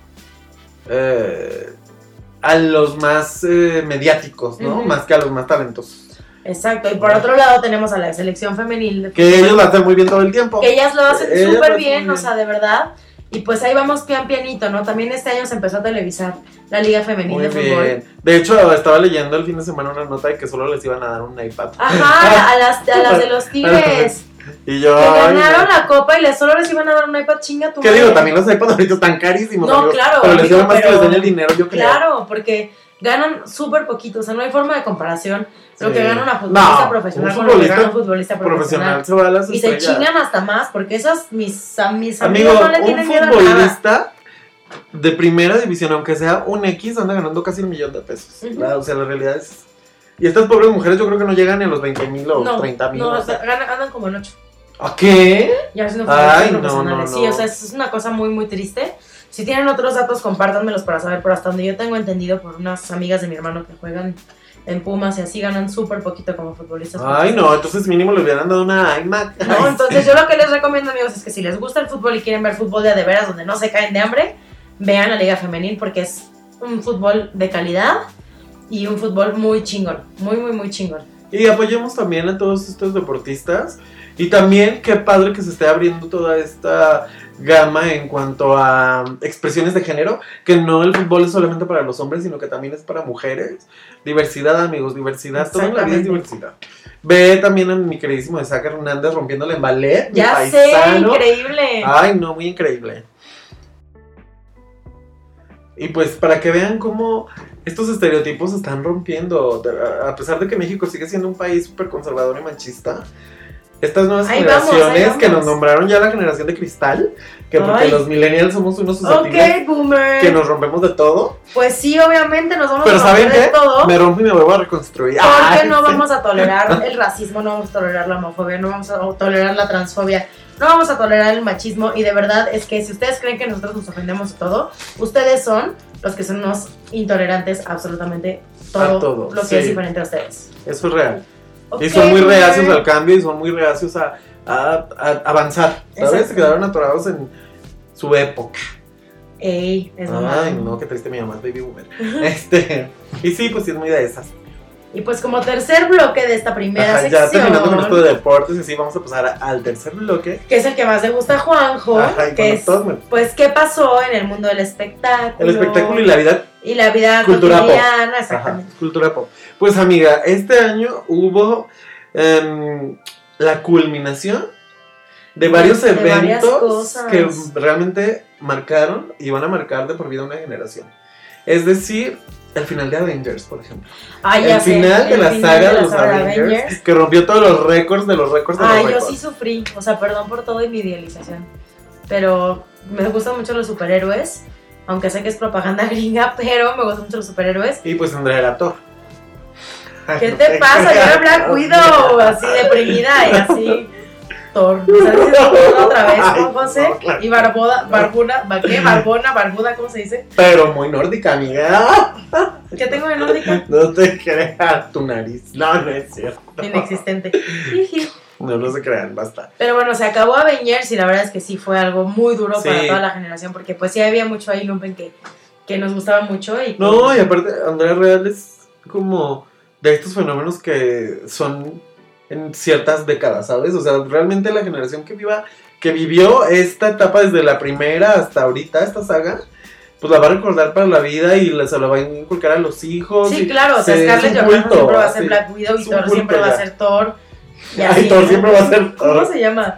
B: mediáticos, ¿no?
A: Ujú.
B: Más que a los más talentosos.
A: Exacto, y por otro lado tenemos a la selección femenil.
B: Que ellos lo hacen muy bien todo el tiempo.
A: Que ellas lo hacen
B: Ellas lo
A: súper
B: hacen
A: bien,
B: muy
A: o sea, de verdad. Y pues ahí vamos pianito, ¿no? También este año se empezó a televisar la Liga Femenil
B: Muy
A: de Fútbol.
B: bien. De hecho, estaba leyendo el fin de semana una nota de que solo les iban a dar un iPad.
A: Ajá, a las de los Tigres.
B: Y yo...
A: Que
B: ay,
A: ganaron
B: no.
A: la copa y solo les iban a dar un iPad, chinga tu
B: ¿Qué
A: madre.
B: digo? También los iPads ahorita están carísimos,
A: No,
B: amigos.
A: claro,
B: Pero les
A: amigo,
B: digo más que
A: pero-
B: les den el dinero, yo creo.
A: Claro, porque ganan súper poquito, o sea, no hay forma de comparación. Lo
B: Sí.
A: que gana una futbolista
B: No,
A: profesional
B: un
A: con lo que
B: futbolista
A: gana un futbolista profesional.
B: se va a las
A: Y se
B: estrellas.
A: chingan hasta más, porque esas mis
B: Amigo,
A: amigos no le
B: un
A: tienen miedo a nada.
B: futbolista de primera división, aunque sea un X, anda ganando casi $1,000,000.
A: Ujú.
B: O sea, la realidad es... Y estas pobres mujeres yo creo que no llegan ni a los 20,000 o
A: No,
B: 30,000.
A: no,
B: o
A: o sea,
B: sea.
A: andan como en 8.
B: ¿A qué?
A: Ya siendo
B: Ay,
A: futbolistas
B: no,
A: profesionales.
B: no,
A: Sí,
B: no.
A: o sea, es una cosa muy, muy triste. Si tienen otros datos, compártanmelos para saber, pero hasta donde yo tengo entendido por unas amigas de mi hermano que juegan en Pumas y así ganan súper poquito como futbolistas.
B: Ay, no, entonces mínimo le hubieran dado una iMac.
A: No, entonces yo lo que les recomiendo, amigos, es que si les gusta el fútbol y quieren ver fútbol de veras donde no se caen de hambre, vean la Liga Femenil porque es un fútbol de calidad y un fútbol muy chingón, muy, muy, muy chingón.
B: Y apoyemos también a todos estos deportistas. Y también qué padre que se esté abriendo toda esta gama en cuanto a expresiones de género, que no el fútbol es solamente para los hombres, sino que también es para mujeres. Diversidad, amigos, diversidad, toda la vida es diversidad. Ve también a mi queridísimo Isaac Hernández rompiéndole en ballet. mi
A: Ya sé,
B: paisano.
A: increíble.
B: Ay, no, muy increíble. Y pues para que vean cómo estos estereotipos se están rompiendo, a pesar de que México sigue siendo un país súper conservador y machista, estas nuevas
A: Ahí vamos,
B: generaciones
A: ahí
B: que nos
A: vamos.
B: nombraron ya la generación de cristal, que porque
A: Ay.
B: los millennials somos unos susceptibles,
A: Ok, boomer.
B: que nos rompemos de todo,
A: Pues sí, obviamente nos vamos
B: pero
A: a
B: ¿saben
A: romper de
B: qué?
A: todo.
B: Me rompo y me vuelvo a reconstruir.
A: Porque
B: Ay,
A: no
B: sí.
A: vamos a tolerar el racismo, no vamos a tolerar la homofobia, no vamos a tolerar la transfobia, no vamos a tolerar el machismo. Y de verdad es que si ustedes creen que nosotros nos ofendemos de todo, ustedes son los que son unos intolerantes a absolutamente todo,
B: A todo,
A: lo que
B: sí.
A: es diferente a ustedes.
B: Eso es real. Y
A: Ok,
B: son muy
A: boomer.
B: reacios al cambio y son muy reacios a avanzar, ¿sabes?
A: Exacto.
B: Se quedaron atorados en su época.
A: Ey, es
B: Ay,
A: normal.
B: no, qué triste me llamas, baby boomer. Y sí, pues sí es muy de esas.
A: Y pues como tercer bloque de esta primera
B: Ajá, ya terminando con esto
A: sección,
B: de deportes, y sí, vamos a pasar al tercer bloque.
A: que es el que más le gusta a Juanjo,
B: Ajá, y
A: que
B: bueno,
A: es,
B: todos me-
A: pues, ¿qué pasó en el mundo del espectáculo?
B: El espectáculo y la vida.
A: Y la vida
B: Cultura pop.
A: cotidiana,
B: Ajá,
A: exactamente.
B: cultura pop. Pues amiga, este año hubo la culminación de varios eventos que realmente marcaron y van a marcar de por vida una generación. Es decir, el final de Avengers, por ejemplo. El final de la saga de los Avengers, que rompió todos los récords de los récords de los récords.
A: Yo sí sufrí, o sea, perdón por todo y mi idealización, pero me gustan mucho los superhéroes, aunque sé que es propaganda gringa, pero me gustan mucho los superhéroes.
B: Y pues Andrea era Thor.
A: ¿Qué te pasa? Yo era Black Widow, así deprimida y así... Thor, o sea, dices Thor otra vez, ¿no, José? No, claro. Y barbuda, ¿cómo se dice?
B: Pero muy nórdica, amiga.
A: ¿Qué tengo de nórdica?
B: No te creas, tu nariz. No es cierto.
A: Inexistente.
B: No se crean, basta.
A: Pero bueno, se acabó Avengers y la verdad es que sí fue algo muy duro para toda la generación, porque pues sí había mucho ahí lumpen que nos gustaba mucho. Y
B: no, y aparte, Andrea Real es como de estos fenómenos que son en ciertas décadas, ¿sabes? O sea, realmente la generación que vivió esta etapa desde la primera hasta ahorita, esta saga, pues la va a recordar para la vida y se la va a inculcar a los hijos.
A: Sí, claro, o sea, Scarlett Johansson siempre va a ser Black Widow y Thor siempre va a ser Thor.
B: Y Thor siempre va a ser Thor.
A: ¿Cómo se llama?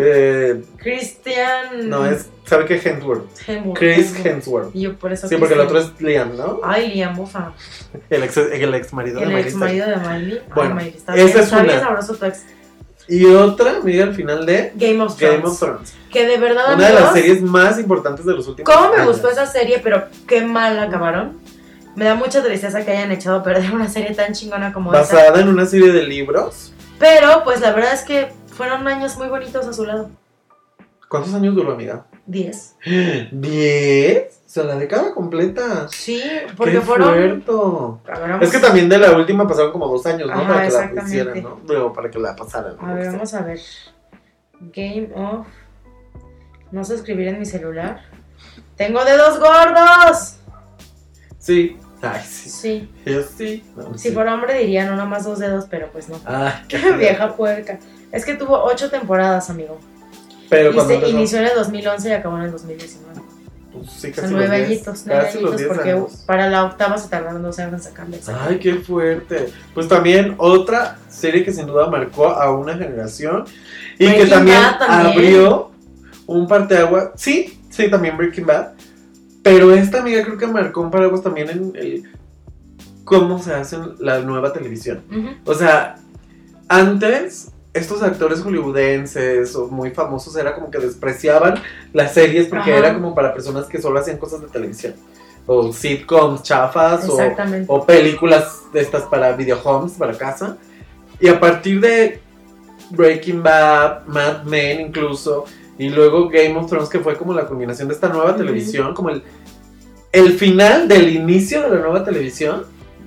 A: Christian...
B: No, ¿sabe qué? Hemsworth. Chris Hemsworth.
A: Y yo por eso...
B: Sí, porque el otro es Liam, ¿no?
A: Ay, Liam, ufa.
B: El ex marido de Miley.
A: El ex marido de Miley.
B: Bueno,
A: Miley,
B: esa es
A: está
B: una.
A: bien sabroso tu ex.
B: Y otra, mira, al final de
A: Game of Thrones. Que de verdad,
B: una de las series más importantes de los últimos
A: años. ¿Cómo me
B: años.
A: gustó esa serie? Pero qué mal acabaron. Me da mucha tristeza que hayan echado a perder una serie tan chingona como esa.
B: Basada en una serie de libros.
A: Pero, pues la verdad es que fueron años muy bonitos a su lado.
B: ¿Cuántos años duró, amiga?
A: 10.
B: ¿10? O sea, la década completa.
A: Sí, porque fueron...
B: Es que también de la última pasaron como 2 años, ¿no?
A: Ajá,
B: para que la hicieran, ¿no? Luego para que la pasaran.
A: A ver, vamos a ver. Game of... No sé escribir en mi celular. ¡Tengo dedos gordos!
B: Sí. Ay, sí.
A: Sí.
B: Yo sí. No,
A: si fuera hombre diría no, nomás 2 dedos, pero pues no.
B: Ah,
A: qué vieja puerca. Es que tuvo 8 temporadas, amigo.
B: Pero
A: inició en el 2011 y acabó en el 2019.
B: Pues sí, casi
A: 9 añitos, porque
B: años.
A: Para la octava se tardaron 2 años en sacarle.
B: Ay, qué fuerte. Pues también otra serie que sin duda marcó a una generación y Breaking que también abrió un parteaguas. Sí, también Breaking Bad. Pero esta, amiga, creo que marcó un paraguas también en el cómo se hace la nueva televisión. O sea, antes estos actores hollywoodenses o muy famosos era como que despreciaban las series porque era como para personas que solo hacían cosas de televisión. O sitcoms chafas o películas de estas para videohomes, para casa. Y a partir de Breaking Bad, Mad Men incluso... Y luego Game of Thrones, que fue como la culminación de esta nueva televisión, como el final del inicio de la nueva televisión.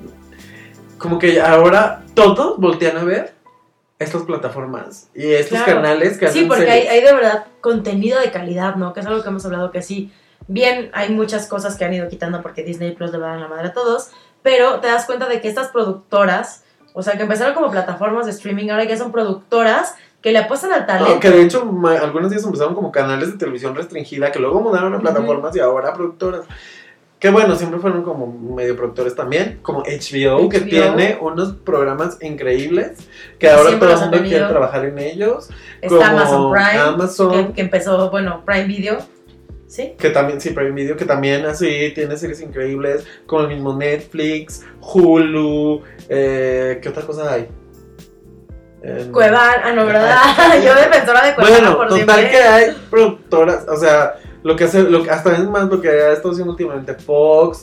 B: Como que ahora todos voltean a ver estas plataformas y estos canales que hacen
A: porque
B: series.
A: hay de verdad contenido de calidad, ¿no? Que es algo que hemos hablado que sí. Bien, hay muchas cosas que han ido quitando porque Disney Plus le va a dar la madre a todos, pero te das cuenta de que estas productoras, o sea, que empezaron como plataformas de streaming, ahora ya son productoras que le apuestan al talento.
B: Que de hecho algunos días empezaron como canales de televisión restringida que luego mudaron a plataformas y ahora productoras. Que bueno, siempre fueron como medio productores también, como HBO, que tiene unos programas increíbles, que ahora todo el mundo quiere trabajar en ellos.
A: Está como Amazon Prime, que empezó, Prime Video, ¿sí?
B: Que también, sí, Prime Video, que también así tiene series increíbles, como el mismo Netflix, Hulu, ¿qué otra cosa hay?
A: Cuevana, no, ¿verdad? Yo defensora de Cuevana por siempre.
B: Total que hay productoras, o sea, hasta es más lo que ha estado haciendo últimamente Fox.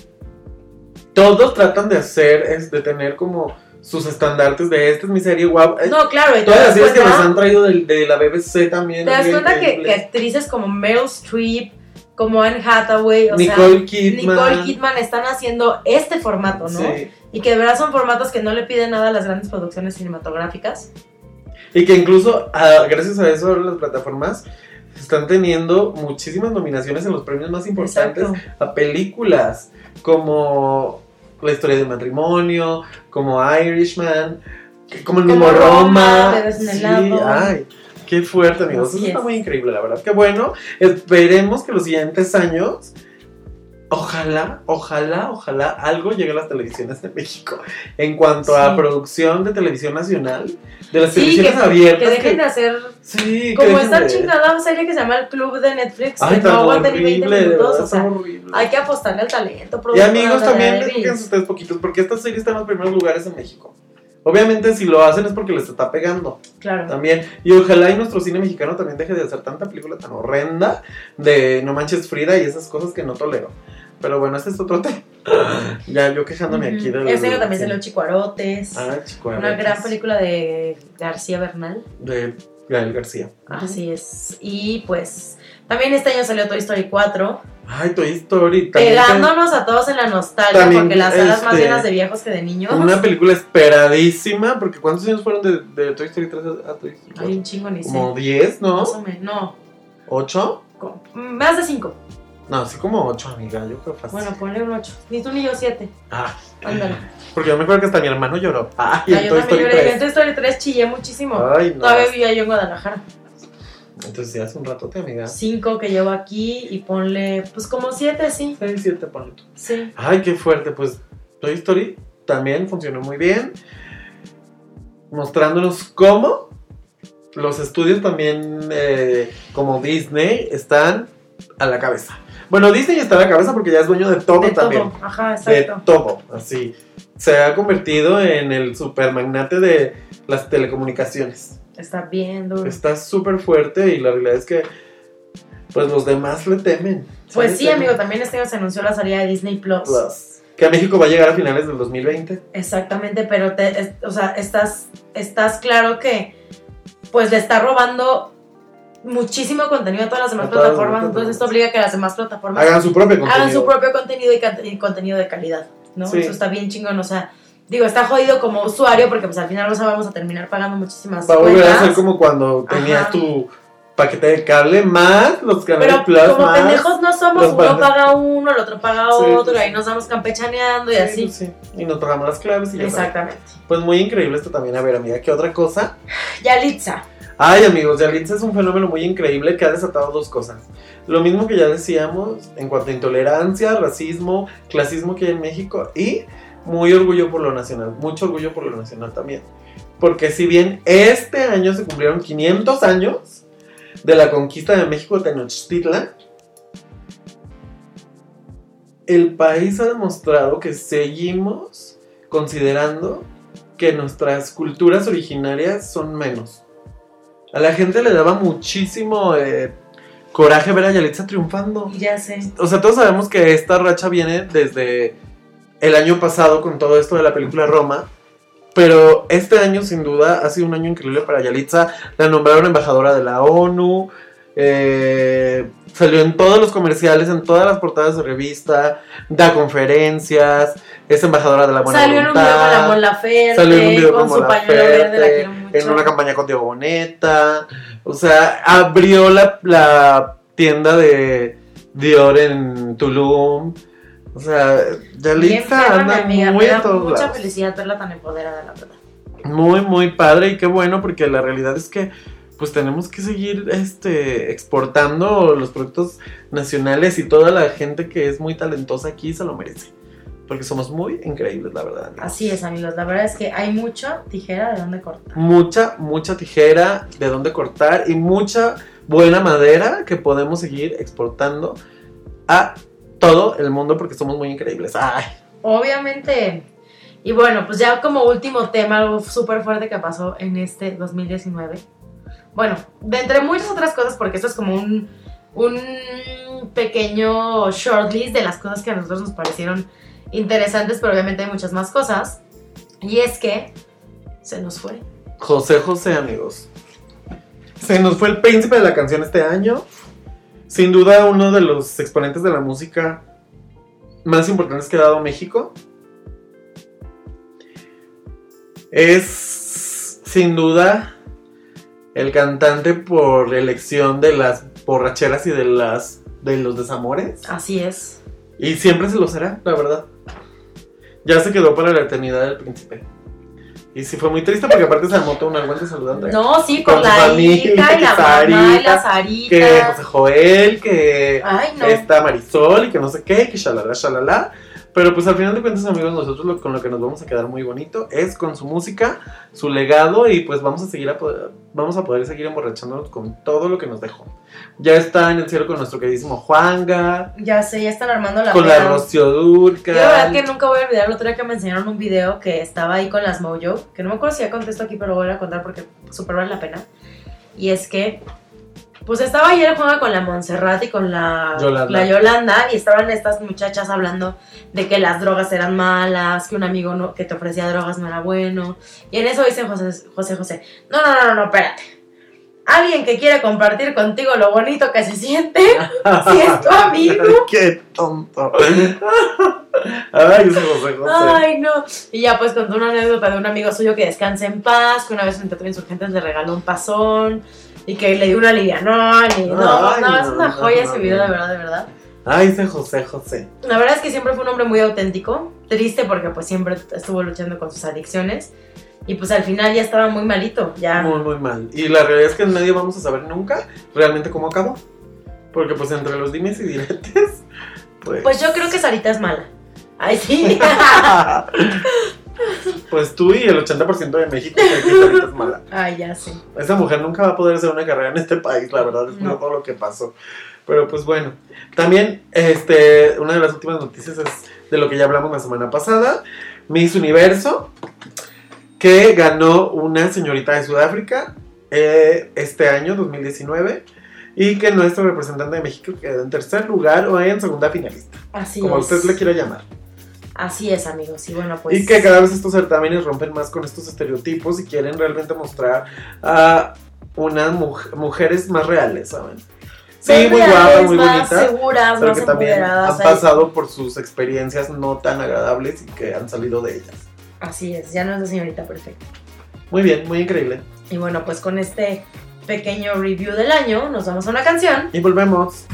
B: Todos tratan de hacer, de tener como sus estandartes de esta es mi serie guau.
A: No, claro, y
B: todas las series que nos han traído de la BBC también.
A: Te das cuenta que actrices como Meryl Streep, como Anne Hathaway,
B: Nicole Kidman
A: están haciendo este formato, ¿no? Sí. Y que de verdad son formatos que no le piden nada a las grandes producciones cinematográficas.
B: Y que incluso, gracias a eso, ahora las plataformas están teniendo muchísimas nominaciones en los premios más importantes a películas, como La historia del matrimonio, como Irishman, como el mismo Roma. Ay, qué fuerte, amigos. Eso está muy increíble, la verdad. Qué bueno. Esperemos que los siguientes años Ojalá algo llegue a las televisiones de México en cuanto a producción de televisión nacional, de las televisiones abiertas.
A: Que dejen de hacer como esta chingada serie que se llama El Club de Netflix, que no aguanta ni 20 minutos. O sea, hay que apostarle al talento.
B: Y amigos, también fíjense ustedes poquitos, porque esta serie está en los primeros lugares en México. Obviamente, si lo hacen es porque les está pegando. Claro. También. Y ojalá y nuestro cine mexicano también deje de hacer tanta película tan horrenda de No Manches Frida y esas cosas que no tolero. Pero bueno, este es otro tema. Ya yo quejándome aquí de
A: Este año también salió Chicuarotes.
B: Chicuarotes.
A: Una gran película de García Bernal.
B: De Gael García.
A: Así es. Y pues también este año salió Toy Story 4.
B: Ay, Toy Story.
A: Pegándonos a todos en la nostalgia, también, porque las salas más llenas de viejos que de niños.
B: Una película esperadísima, porque ¿cuántos años fueron de Toy Story 3 a Toy Story 4?
A: Hay un chingo, ni sé.
B: Como 10, ¿no?
A: Más o menos, no.
B: ¿8?
A: Más de 5.
B: No, así como 8, amiga, yo creo fácil.
A: Bueno, ponle un 8. Ni tú ni yo 7. Ándale.
B: Porque yo me acuerdo que hasta mi hermano lloró.
A: Yo también lloré. En Toy Story 3 chillé muchísimo.
B: Ay, no.
A: Todavía vivía yo en Guadalajara.
B: Entonces ya hace un ratote, amiga.
A: 5 que llevo aquí y ponle, pues como 7, sí.
B: 6, 7, ponle tú.
A: Sí.
B: Ay, qué fuerte. Pues Toy Story también funcionó muy bien. Mostrándonos cómo los estudios también, como Disney, están a la cabeza. Bueno, Disney está a la cabeza porque ya es dueño de todo también.
A: Todo. Ajá, exacto.
B: De todo, así. Se ha convertido en el supermagnate de las telecomunicaciones.
A: Está bien duro.
B: Está súper fuerte y la realidad es que pues los demás le temen.
A: Pues sí, amigo, también este año se anunció la salida de Disney Plus.
B: Que a México va a llegar a finales del 2020.
A: Exactamente, pero estás claro que pues le está robando muchísimo contenido a todas las demás plataformas, entonces esto obliga a que las demás plataformas
B: hagan su propio
A: contenido y contenido de calidad, ¿no?
B: Sí.
A: Eso está bien chingón, o sea, digo, está jodido como usuario porque pues al final vamos a terminar pagando muchísimas cuentas. Va a volver a
B: ser como cuando tenías tu paquete de cable más los canales Plus.
A: Pero como
B: más
A: pendejos no somos, uno paga uno, el otro paga otro, y ahí nos vamos campechaneando y así.
B: Sí. Y nos pagamos las claves y ya.
A: Exactamente.
B: Pues muy increíble esto también. A ver, amiga, ¿qué otra cosa?
A: Yalitza.
B: Ay, amigos, Yalitza es un fenómeno muy increíble que ha desatado dos cosas. Lo mismo que ya decíamos en cuanto a intolerancia, racismo, clasismo que hay en México y muy orgullo por lo nacional, mucho orgullo por lo nacional también. Porque si bien este año se cumplieron 500 años de la conquista de México de Tenochtitlan, el país ha demostrado que seguimos considerando que nuestras culturas originarias son menos. A la gente le daba muchísimo coraje ver a Yalitza triunfando.
A: Ya sé.
B: O sea, todos sabemos que esta racha viene desde el año pasado con todo esto de la película Roma. Pero este año, sin duda, ha sido un año increíble para Yalitza. La nombraron embajadora de la ONU. Salió en todos los comerciales, en todas las portadas de revista. Da conferencias. Es embajadora de la buena voluntad.
A: Salió en un video con la Mon Laferte.
B: Salió en un video
A: con
B: con
A: su pañuelo verde, la quiero mucho.
B: En una campaña con Diego Boneta. O sea, abrió la tienda de Dior en Tulum. O sea, Yalitza anda muy en todos lados.
A: Mucha felicidad verla tan empoderada, la verdad.
B: Muy, muy padre y qué bueno, porque la realidad es que pues tenemos que seguir exportando los productos nacionales y toda la gente que es muy talentosa aquí se lo merece. Porque somos muy increíbles, la verdad, amigos.
A: Así es, amigos. La verdad es que hay mucha tijera de dónde cortar.
B: Mucha tijera de dónde cortar y mucha buena madera que podemos seguir exportando a todo el mundo porque somos muy increíbles. ¡Ay!
A: Obviamente. Y bueno, pues ya como último tema, algo súper fuerte que pasó en este 2019. Bueno, de entre muchas otras cosas, porque esto es como un pequeño shortlist de las cosas que a nosotros nos parecieron interesantes, pero obviamente hay muchas más cosas. Y es que se nos fue
B: José, amigos. Se nos fue el príncipe de la canción este año. Sin duda uno de los exponentes de la música más importantes que ha dado México. Es sin duda el cantante por elección de las borracheras y de los desamores.
A: Así es.
B: Y siempre se lo será, la verdad. Ya se quedó para la eternidad el príncipe. Y sí fue muy triste porque aparte se armó todo un argüente saludando.
A: No, sí, con
B: su
A: la
B: familia,
A: hija y la mamá y la
B: que
A: Sarita.
B: José Joel, que
A: Ay, no.
B: esta Marisol y que no sé qué, que shalala, shalala. Pero pues al final de cuentas, amigos, nosotros con lo que nos vamos a quedar muy bonito es con su música, su legado y pues vamos a poder seguir emborrachándonos con todo lo que nos dejó. Ya está en el cielo con nuestro queridísimo Juanga,
A: Ya sé, ya están armando la
B: con
A: peda.
B: la Rocío Dúrcal.
A: Yo la verdad que nunca voy a olvidar el otro día que me enseñaron un video que estaba ahí con las Mojo, que no me acuerdo si ya contesto aquí, pero lo voy a contar porque súper vale la pena. Y es que, pues estaba ayer Juanga con la Montserrat y con la Yolanda, y estaban estas muchachas hablando de que las drogas eran malas, que un amigo que te ofrecía drogas no era bueno. Y en eso dice José, no, espérate. Alguien que quiere compartir contigo lo bonito que se siente, si es tu amigo.
B: ¡Qué tonto! Ay, ese José.
A: Ay, no. Y ya pues contó una anécdota de un amigo suyo que descansa en paz, que una vez en Teatro Insurgentes le regaló un pasón y que le dio una livianón. Y no, es una joya ese video, de verdad.
B: Ay, ese José.
A: La verdad es que siempre fue un hombre muy auténtico, triste porque pues siempre estuvo luchando con sus adicciones. Y pues al final ya estaba muy malito, ya.
B: Muy, muy mal. Y la realidad es que nadie vamos a saber nunca realmente cómo acabó. Porque pues entre los dimes y diretes,
A: pues yo creo que Sarita es mala. Ay, sí.
B: Pues tú y el 80% de México creen que Sarita es mala.
A: Ay, ya sé.
B: Esa mujer nunca va a poder hacer una carrera en este país, la verdad, es todo lo que pasó. Pero pues bueno, también una de las últimas noticias es de lo que ya hablamos la semana pasada. Miss Universo, que ganó una señorita de Sudáfrica este año, 2019, y que nuestro representante de México quedó en tercer lugar o en segunda finalista.
A: Así
B: como
A: es.
B: usted le quiera llamar.
A: Así es, amigos, y bueno, pues...
B: Y que cada vez estos certámenes rompen más con estos estereotipos y quieren realmente mostrar a unas mujeres más reales, ¿saben? Sí, muy guapas, muy
A: más
B: bonitas,
A: seguras,
B: pero
A: más
B: que también
A: empoderadas.
B: han pasado por sus experiencias no tan agradables y que han salido de ellas.
A: Así es, ya no es la señorita perfecta.
B: Muy bien, muy increíble.
A: Y bueno, pues con este pequeño review del año, nos vamos a una canción.
B: Y volvemos.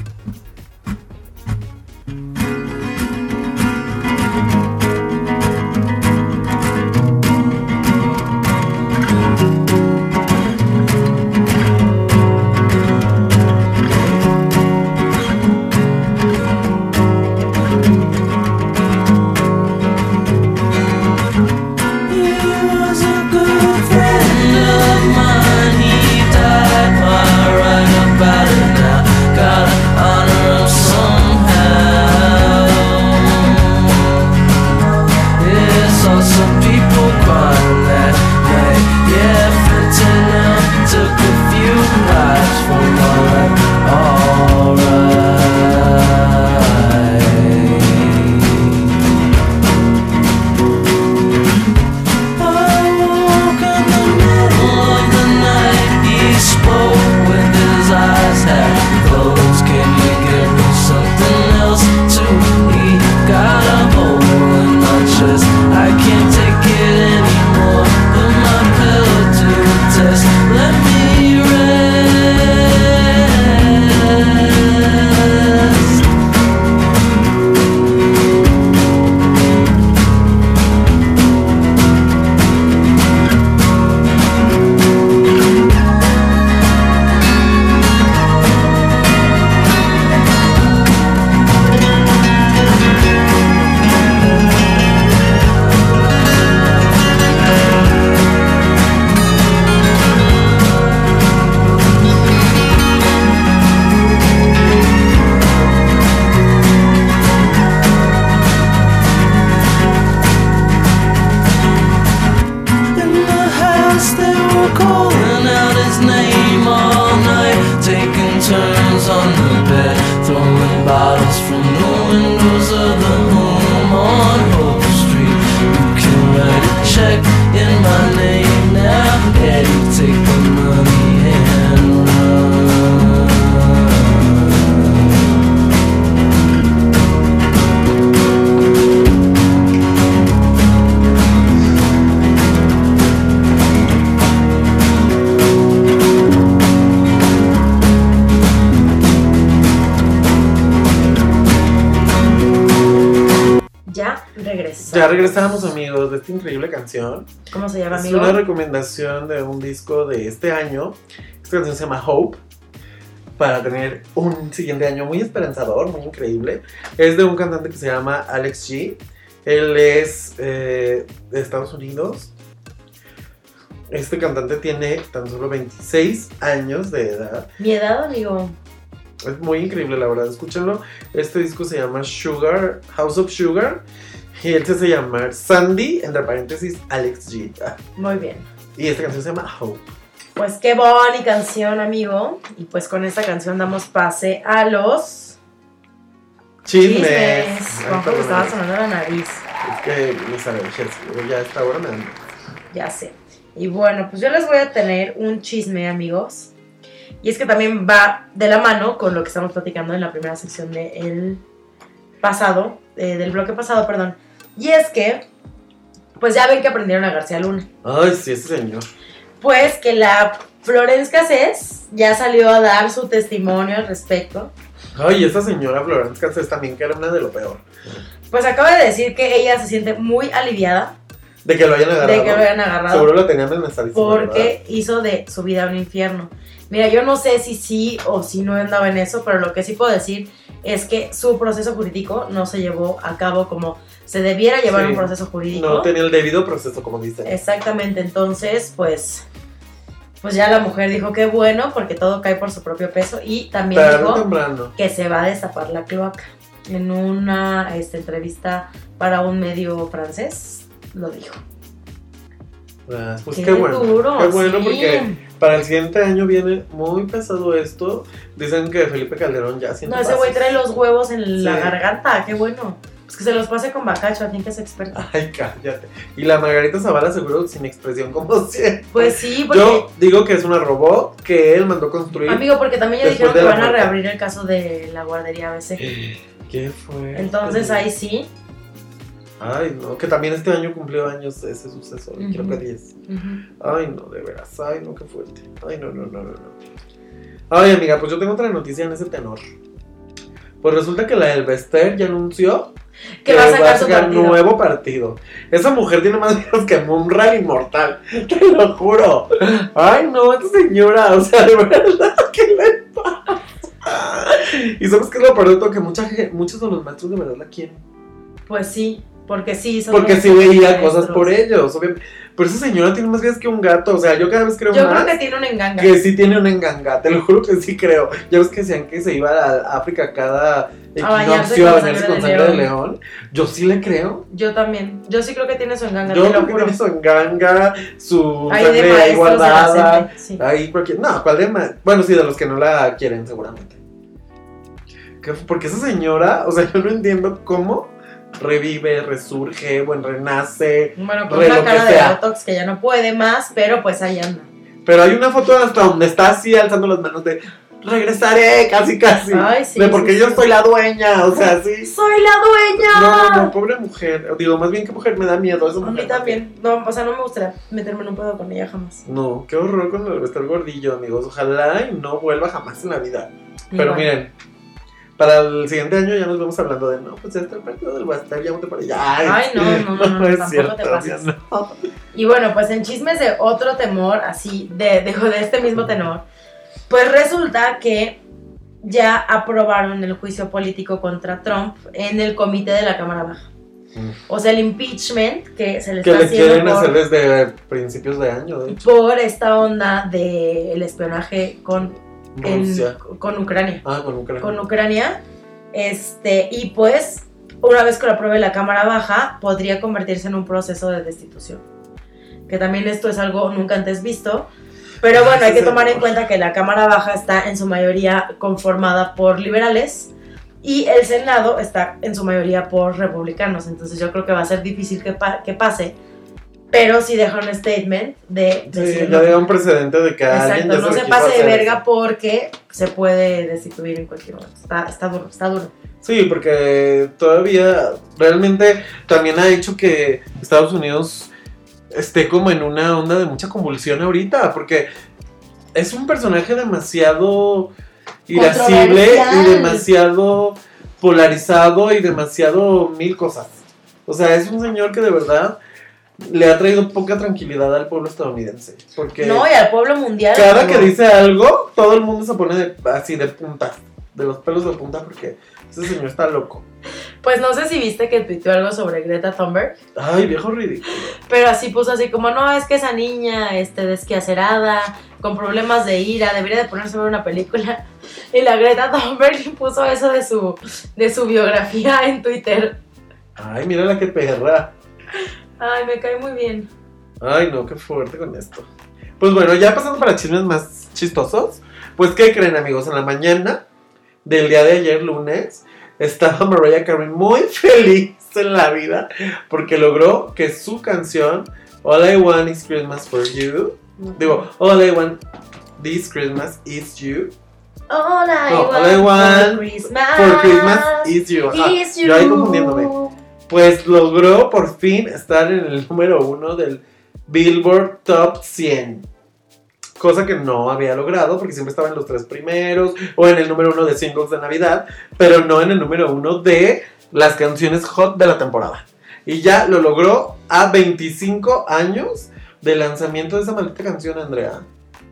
B: Ya regresamos, amigos, de esta increíble canción.
A: ¿Cómo se llama,
B: Es
A: amigo?
B: una recomendación de un disco de este año. Esta canción se llama Hope, para tener un siguiente año muy esperanzador, muy increíble. Es de un cantante que se llama Alex G. Él es de Estados Unidos. Este cantante tiene tan solo 26 años de edad.
A: Mi edad, amigo.
B: Es muy increíble, la verdad, escúchenlo. Este disco se llama Sugar, House of Sugar. Y él se hace llamar Sandy, entre paréntesis, Alex G.
A: Muy bien.
B: Y esta canción se llama Hope.
A: Pues qué bonita canción, amigo. Y pues con esta canción damos pase a los
B: Chismes.
A: Juanjo, me estaba sonando la nariz.
B: Es que mis alergias, ya a esta hora me dan.
A: Ya sé. Y bueno, pues yo les voy a tener un chisme, amigos. Y es que también va de la mano con lo que estamos platicando en la primera sección del pasado, del bloque pasado, perdón. Y es que, pues ya ven que aprendieron a García Luna.
B: Ay, sí, ese señor.
A: Pues que la Florence Cassés ya salió a dar su testimonio al respecto.
B: Ay, esa señora Florence Cassés también, que era una de lo peor.
A: Pues acaba de decir que ella se siente muy aliviada
B: De que lo hayan agarrado.
A: de que lo hayan agarrado.
B: Seguro lo tenían amenazadísimo,
A: Porque hizo de su vida un infierno. Mira, yo no sé si sí o si no andaba en eso, pero lo que sí puedo decir es que su proceso jurídico no se llevó a cabo como se debiera llevar un proceso jurídico.
B: No tenía el debido proceso, como dicen.
A: Exactamente, entonces, pues ya la mujer dijo que bueno, porque todo cae por su propio peso, y también dijo que se va a destapar la cloaca. En una entrevista para un medio francés, lo dijo.
B: Pues qué bueno,
A: duro,
B: qué bueno,
A: sí.
B: Porque para el siguiente año viene muy pesado esto. Dicen que Felipe Calderón ya siente
A: No, ese güey trae los huevos en la garganta, qué bueno. Pues que se los pase con bacacho, alguien que es experto.
B: Ay, cállate. Y la Margarita Zavala seguro sin expresión como siempre.
A: Pues sí, porque...
B: Yo digo que es una robot que él mandó construir.
A: Amigo, porque también ya dijeron que van a reabrir el caso de la guardería ABC.
B: ¿Qué fue?
A: Entonces ahí sí.
B: Ay, no, que también este año cumplió años ese sucesor, creo que 10. Ay, no, de veras, ay, no, qué fuerte. Ay, no. Ay, amiga, pues yo tengo otra noticia en ese tenor. Pues resulta que la Elvester ya anunció
A: que va a sacar su
B: nuevo partido. Esa mujer tiene más videos que Munra Inmortal, te lo juro. Ay, no, esta señora, o sea, de verdad, ¿qué le pasa? Y sabes qué es lo peor de todo, que muchos de los maestros de verdad la quieren.
A: Pues sí. Porque sí,
B: veía cosas por ellos. Pero esa señora tiene más vidas que un gato. O sea, yo cada vez creo
A: más.
B: Yo
A: creo que tiene un enganga.
B: Que sí tiene un enganga. Te lo juro que sí creo. Ya ves que decían que se iba a África cada equinoccio a bañarse con sangre de león. Yo sí le creo.
A: Yo también. Yo sí creo que tiene su enganga.
B: Yo creo que tiene su enganga, su sangre ahí guardada. Sí. Ahí cualquier. No, ¿cuál de más? Bueno, sí, de los que no la quieren, seguramente. Porque esa señora, o sea, yo no entiendo cómo revive, resurge, renace.
A: Bueno, con una cara de botox que ya no puede más, pero pues ahí anda.
B: Pero hay una foto hasta donde está así alzando las manos de regresaré, casi.
A: Ay, sí.
B: De porque yo soy la dueña, o sea, sí.
A: ¡Soy la dueña!
B: No, pobre mujer. Digo, más bien que mujer me da miedo esa mujer.
A: A mí también. No, o sea, no me gustaría meterme en un pedo con ella jamás.
B: No, qué horror con el estar gordillo, amigos. Ojalá y no vuelva jamás en la vida. Pero miren, para el siguiente año ya nos vamos hablando de pues ya está el partido del Bastar, ya no te para allá.
A: Ay, no,
B: es
A: tampoco
B: cierto,
A: te pases.
B: No.
A: Y bueno, pues en chismes de otro temor, así, de este mismo tenor, pues resulta que ya aprobaron el juicio político contra Trump en el comité de la Cámara Baja. O sea, el impeachment que se le está haciendo. Que le quieren
B: hacer desde principios de año, de hecho.
A: Por esta onda del espionaje con Ucrania. Con Ucrania. Y pues, una vez que lo apruebe la Cámara Baja, podría convertirse en un proceso de destitución. Que también esto es algo nunca antes visto. Pero bueno, hay que tomar en cuenta que la Cámara Baja está en su mayoría conformada por liberales y el Senado está en su mayoría por republicanos. Entonces yo creo que va a ser difícil que pase. Pero sí deja un statement de
B: sí, ya deja un precedente de que alguien ya
A: no se pase de verga eso. Porque se puede destituir en cualquier momento. Está duro.
B: Sí, porque todavía realmente también ha hecho que Estados Unidos esté como en una onda de mucha convulsión ahorita, porque es un personaje demasiado irascible y demasiado polarizado y demasiado mil cosas. O sea, es un señor que de verdad le ha traído poca tranquilidad al pueblo estadounidense. Porque
A: no, y al pueblo mundial.
B: cada que dice algo, todo el mundo se pone así de punta, de los pelos de punta, porque ese señor está loco.
A: Pues no sé si viste que tuiteó algo sobre Greta Thunberg.
B: Ay, viejo ridículo.
A: Pero así puso así como, no, es que esa niña desquacerada, con problemas de ira, debería de ponerse a ver una película. Y la Greta Thunberg puso eso de su biografía en Twitter.
B: Ay, mírala qué perra.
A: Ay, me cae muy bien.
B: Ay, no, qué fuerte con esto. Pues bueno, ya pasando para chismes más chistosos. Pues, ¿qué creen, amigos? En la mañana del día de ayer, lunes, estaba Mariah Carey muy feliz en la vida porque logró que su canción All I Want Is Christmas For You, All I Want This Christmas Is You.
A: All I
B: want for Christmas is you.
A: Is you.
B: Yo ahí confundiéndome. Pues logró por fin estar en el número 1 del Billboard Top 100. Cosa que no había logrado porque siempre estaba en los 3 primeros o en el número 1 de singles de Navidad, pero no en el número 1 de las canciones hot de la temporada. Y ya lo logró a 25 años de lanzamiento de esa maldita canción, Andrea.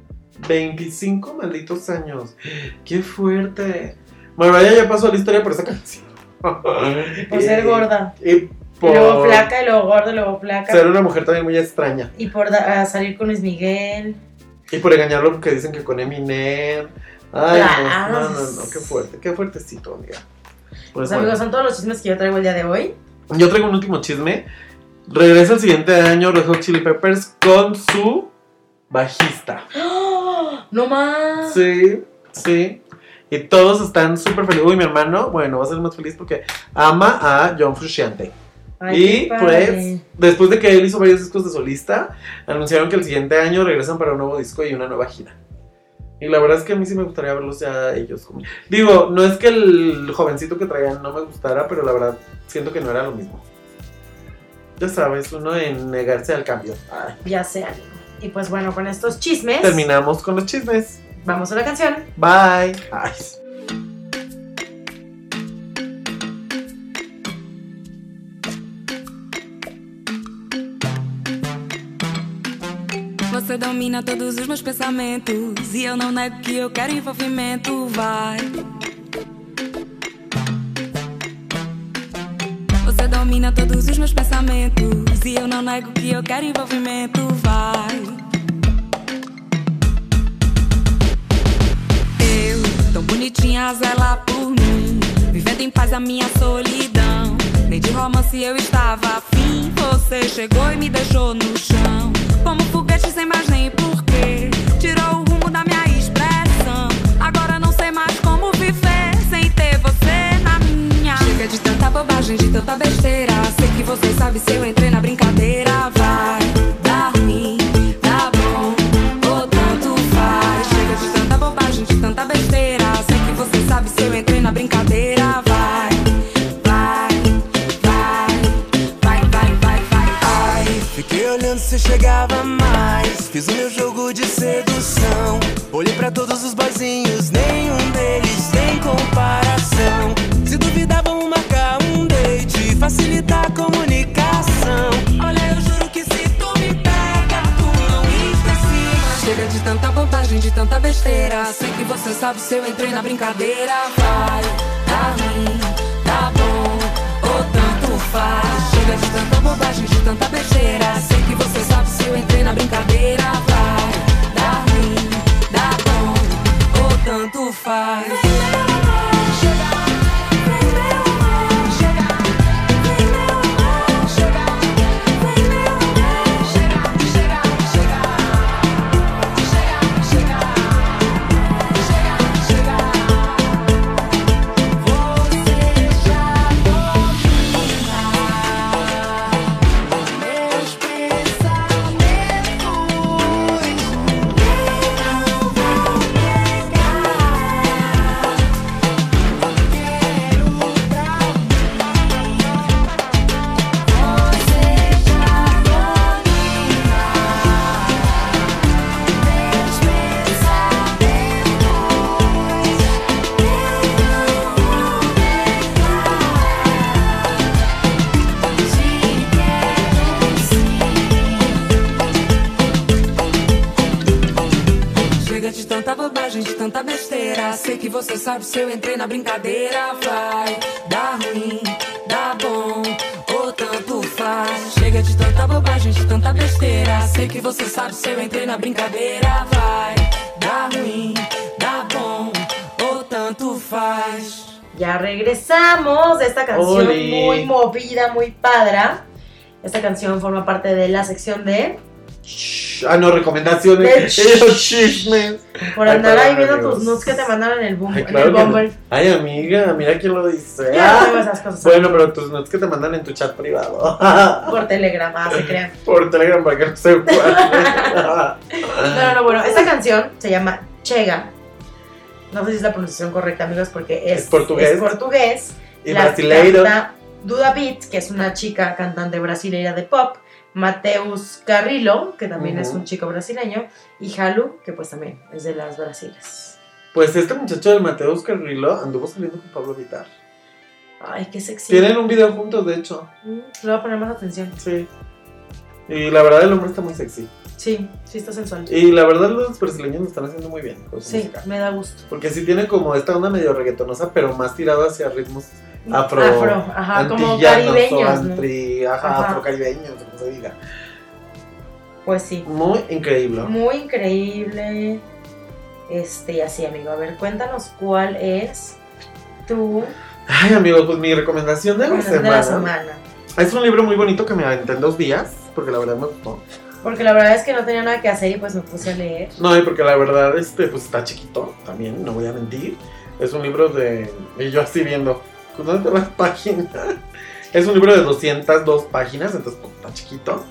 B: 25 malditos años. ¡Qué fuerte! Mariah ya pasó a la historia por esa canción.
A: Por ser gorda.
B: Y por
A: luego flaca, y luego gorda, y luego flaca.
B: Ser una mujer también muy extraña.
A: Y por salir con Luis Miguel.
B: Y por engañarlo porque dicen que con Eminem. Ay, no, qué fuertecito, amiga.
A: Pues amigos, son todos los chismes que yo traigo el día de hoy.
B: Yo traigo un último chisme. Regresa el siguiente año Red Hot Chili Peppers con su bajista.
A: ¡Oh! ¡No más!
B: Sí. Y todos están súper felices. Uy, mi hermano, bueno, va a ser más feliz porque ama a John Frusciante.
A: Ay,
B: y pues, después de que él hizo varios discos de solista, anunciaron que el siguiente año regresan para un nuevo disco y una nueva gira. Y la verdad es que a mí sí me gustaría verlos ya ellos. Digo, no es que el jovencito que traían no me gustara, pero la verdad siento que no era lo mismo. Ya sabes, uno en negarse al cambio. Ay.
A: Ya sé, amigo. Y pues bueno, con estos chismes
B: terminamos con los chismes.
A: Vamos a la canción.
B: Bye. Ay.
C: Você domina todos os meus pensamentos e eu não nego que eu quero envolvimento, vai. Você domina todos os meus pensamentos e eu não nego que eu quero envolvimento, vai. Eu, tão bonitinha, zela por mim, vivendo em paz a minha solidão. Nem de romance eu estava afim, você chegou e me deixou no chão. Como foguete sem mais nem porquê, tirou o rumo da minha expressão. Agora não sei mais como viver sem ter você na minha. Chega de tanta bobagem, de tanta besteira. Sei que você sabe se eu entrei na brincadeira. Vai dar ruim, tá bom, ou tanto faz. Chega de tanta bobagem, de tanta besteira. Sei que você sabe se eu entrei na brincadeira. Vai.
D: Fiquei olhando se chegava mais. Fiz o meu jogo de sedução. Olhei pra todos os boyzinhos, nenhum deles tem comparação. Se duvidar vamos marcar um date, facilitar a comunicação. Olha, eu juro que se tu me pega, tu não esquece.
C: Chega de tanta bobagem, de tanta besteira. Sei que você sabe se eu entrei na brincadeira. Vai, tá ruim, tá bom, ou tanto faz. Chega de tanta bobagem, de tanta besteira. Sei que você sabe se eu entrei na brincadeira. Vai, dá ruim, dá bom, ou tanto faz. bobagem de tanta besteira. Sei que você sabe se eu entrei na brincadeira. Vai dar ruim, dá bom, ou tanto faz. Chega de tanta bobagem, de tanta besteira. Sei que você sabe se eu entrei na brincadeira. Vai dar ruim, dá bom, ou tanto faz.
A: Ya regresamos de esta canción muy movida, muy padra. Esta canción forma parte de la sección de...
B: no, recomendaciones. Esos chismes.
A: Por andar ahí viendo tus nudes que te mandaron en el Bumble.
B: No. Ay, amiga, mira quién lo dice.
A: Yo no veo esas cosas.
B: Bueno, pero tus nudes que te mandan en tu chat privado.
A: Por Telegram, se crean.
B: Por Telegram, para que no se
A: No, bueno, esta canción se llama Chega. No sé si es la pronunciación correcta, amigos, porque es portugués.
B: Y
A: la
B: brasileiro.
A: Canta Duda Beat, que es una chica cantante brasileira de pop. Mateus Carrillo, que también es un chico brasileño. Y Halu, que pues también es de las Brasiles.
B: Pues este muchacho del Mateus Carrillo anduvo saliendo con Pablo Vittar.
A: Ay, qué sexy.
B: Tienen un video juntos, de hecho.
A: Le voy a poner más atención.
B: Sí. Y la verdad el hombre está muy sexy.
A: Sí está sensual.
B: Y la verdad los brasileños lo están haciendo muy bien.
A: Sí, música. Me da gusto.
B: Porque sí tienen como esta onda medio reggaetonosa, pero más tirado hacia ritmos afro,
A: ajá, como caribeños, ¿no?
B: Afrocaribeños, como se diga.
A: Pues sí.
B: Muy increíble.
A: Muy increíble. Y así, amigo. A ver, cuéntanos cuál es tu...
B: Ay, amigo, pues mi recomendación de la
A: semana.
B: Es un libro muy bonito que me aventé en 2 días, porque la verdad me gustó.
A: Porque la verdad es que no tenía nada que hacer y pues me puse a leer.
B: No, y porque la verdad, pues está chiquito también, no voy a mentir. Es un libro de... Y yo así viendo, ¿dónde está la página? Es un libro de 202 páginas, entonces pues, está chiquito.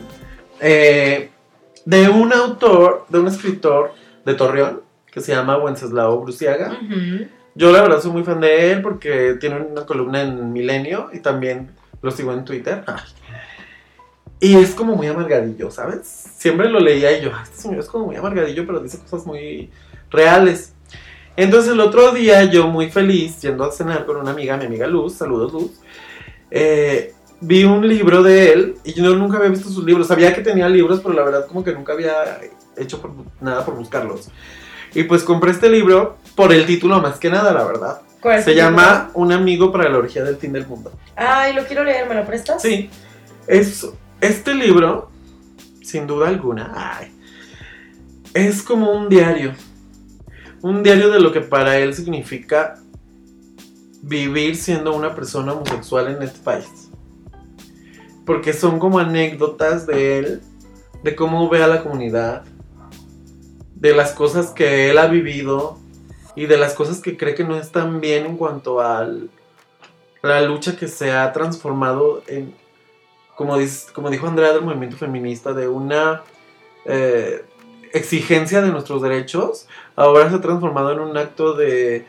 B: De un autor, de un escritor de Torreón, que se llama Wenceslao Bruciaga. Yo la verdad soy muy fan de él porque tiene una columna en Milenio y también lo sigo en Twitter. Y es como muy amargadillo, ¿sabes? Siempre lo leía y yo, este señor es como muy amargadillo, pero dice cosas muy reales. Entonces el otro día yo muy feliz, yendo a cenar con una amiga, mi amiga Luz, saludos Luz, vi un libro de él y yo nunca había visto sus libros. Sabía que tenía libros, pero la verdad como que nunca había hecho nada por buscarlos. Y pues compré este libro por el título más que nada, la verdad.
A: ¿Cuál
B: se llama Un amigo para la orgía del fin del mundo.
A: Ay, lo quiero leer, ¿me lo prestas?
B: Sí, este libro, sin duda alguna, es como un diario de lo que para él significa vivir siendo una persona homosexual en este país. Porque son como anécdotas de él, de cómo ve a la comunidad, de las cosas que él ha vivido y de las cosas que cree que no están bien en cuanto a la lucha que se ha transformado en, como dijo Andrea del movimiento feminista, de una exigencia de nuestros derechos, ahora se ha transformado en un acto de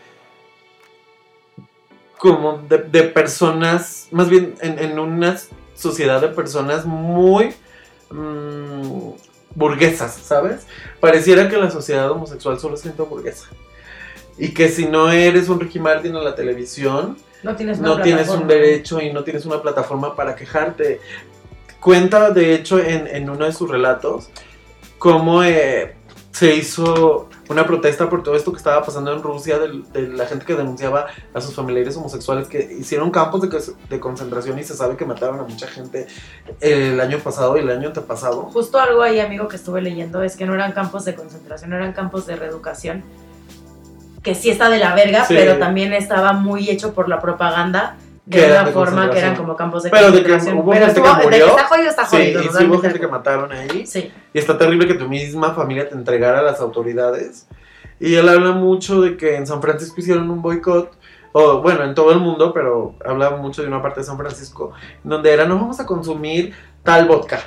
B: personas, más bien en una sociedad de personas muy burguesas, ¿sabes? Pareciera que la sociedad homosexual solo es gente burguesa. Y que si no eres un Ricky Martin en la televisión, no tienes un derecho y no tienes una plataforma para quejarte. Cuenta, de hecho, en uno de sus relatos, cómo se hizo una protesta por todo esto que estaba pasando en Rusia, de la gente que denunciaba a sus familiares homosexuales, que hicieron campos de concentración y se sabe que mataron a mucha gente el año pasado y el año antepasado.
A: Justo algo ahí, amigo, que estuve leyendo, es que no eran campos de concentración, eran campos de reeducación, que sí está de la verga, sí, pero también estaba muy hecho por la propaganda, de una forma que eran como campos de concentración.
B: Hubo gente que murió.
A: De que está jodido, está jodido.
B: Sí, y sí hubo gente que mataron ahí.
A: Sí.
B: Y está terrible que tu misma familia te entregara a las autoridades. Y él habla mucho de que en San Francisco hicieron un boicot, o bueno, en todo el mundo, pero habla mucho de una parte de San Francisco, donde era, no vamos a consumir tal vodka.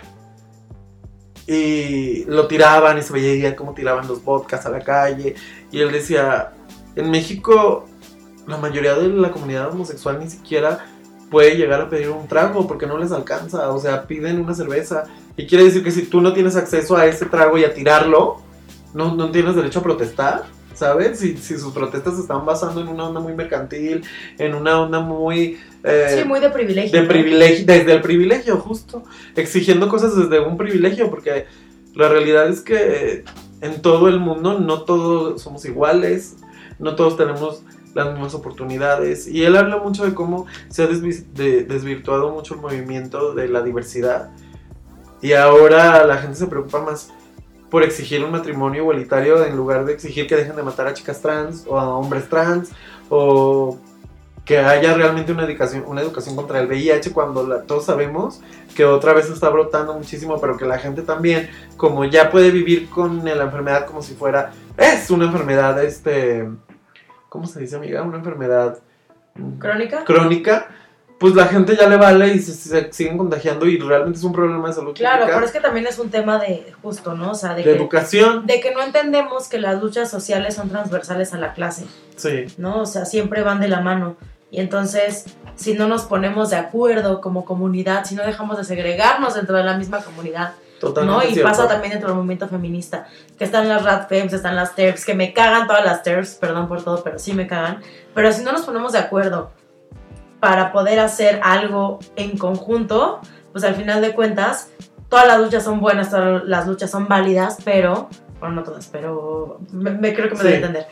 B: Y lo tiraban y se veía cómo tiraban los vodkas a la calle. Y él decía, en México la mayoría de la comunidad homosexual ni siquiera puede llegar a pedir un trago porque no les alcanza, o sea, piden una cerveza. Y quiere decir que si tú no tienes acceso a ese trago y a tirarlo, no tienes derecho a protestar, ¿sabes? Si sus protestas se están basando en una onda muy mercantil, en una onda muy...
A: sí, muy de privilegio.
B: De privilegio, desde el privilegio, justo. Exigiendo cosas desde un privilegio, porque la realidad es que en todo el mundo no todos somos iguales, no todos tenemos las mismas oportunidades, y él habla mucho de cómo se ha desvirtuado mucho el movimiento de la diversidad, y ahora la gente se preocupa más por exigir un matrimonio igualitario en lugar de exigir que dejen de matar a chicas trans o a hombres trans, o que haya realmente una educación contra el VIH, cuando todos sabemos que otra vez está brotando muchísimo, pero que la gente también, como ya puede vivir con la enfermedad como si fuera, es una enfermedad, ¿cómo se dice, amiga? Una enfermedad crónica, pues la gente ya le vale y se siguen contagiando, y realmente es un problema de salud
A: Claro,
B: pública.
A: pero es que también es un tema de justo, ¿no? O sea,
B: De educación.
A: De que no entendemos que las luchas sociales son transversales a la clase,
B: Sí.
A: ¿no? O sea, siempre van de la mano. Y entonces, si no nos ponemos de acuerdo como comunidad, si no dejamos de segregarnos dentro de la misma comunidad,
B: Totalmente
A: ¿no? Y
B: cierto.
A: pasa también dentro del movimiento feminista, que están las RADFEMS, están las TERFs, que me cagan todas las TERFs, perdón por todo, pero sí me cagan. Pero si no nos ponemos de acuerdo para poder hacer algo en conjunto, pues al final de cuentas, todas las luchas son buenas, todas las luchas son válidas, pero, bueno, no todas, pero creo que me doy a entender.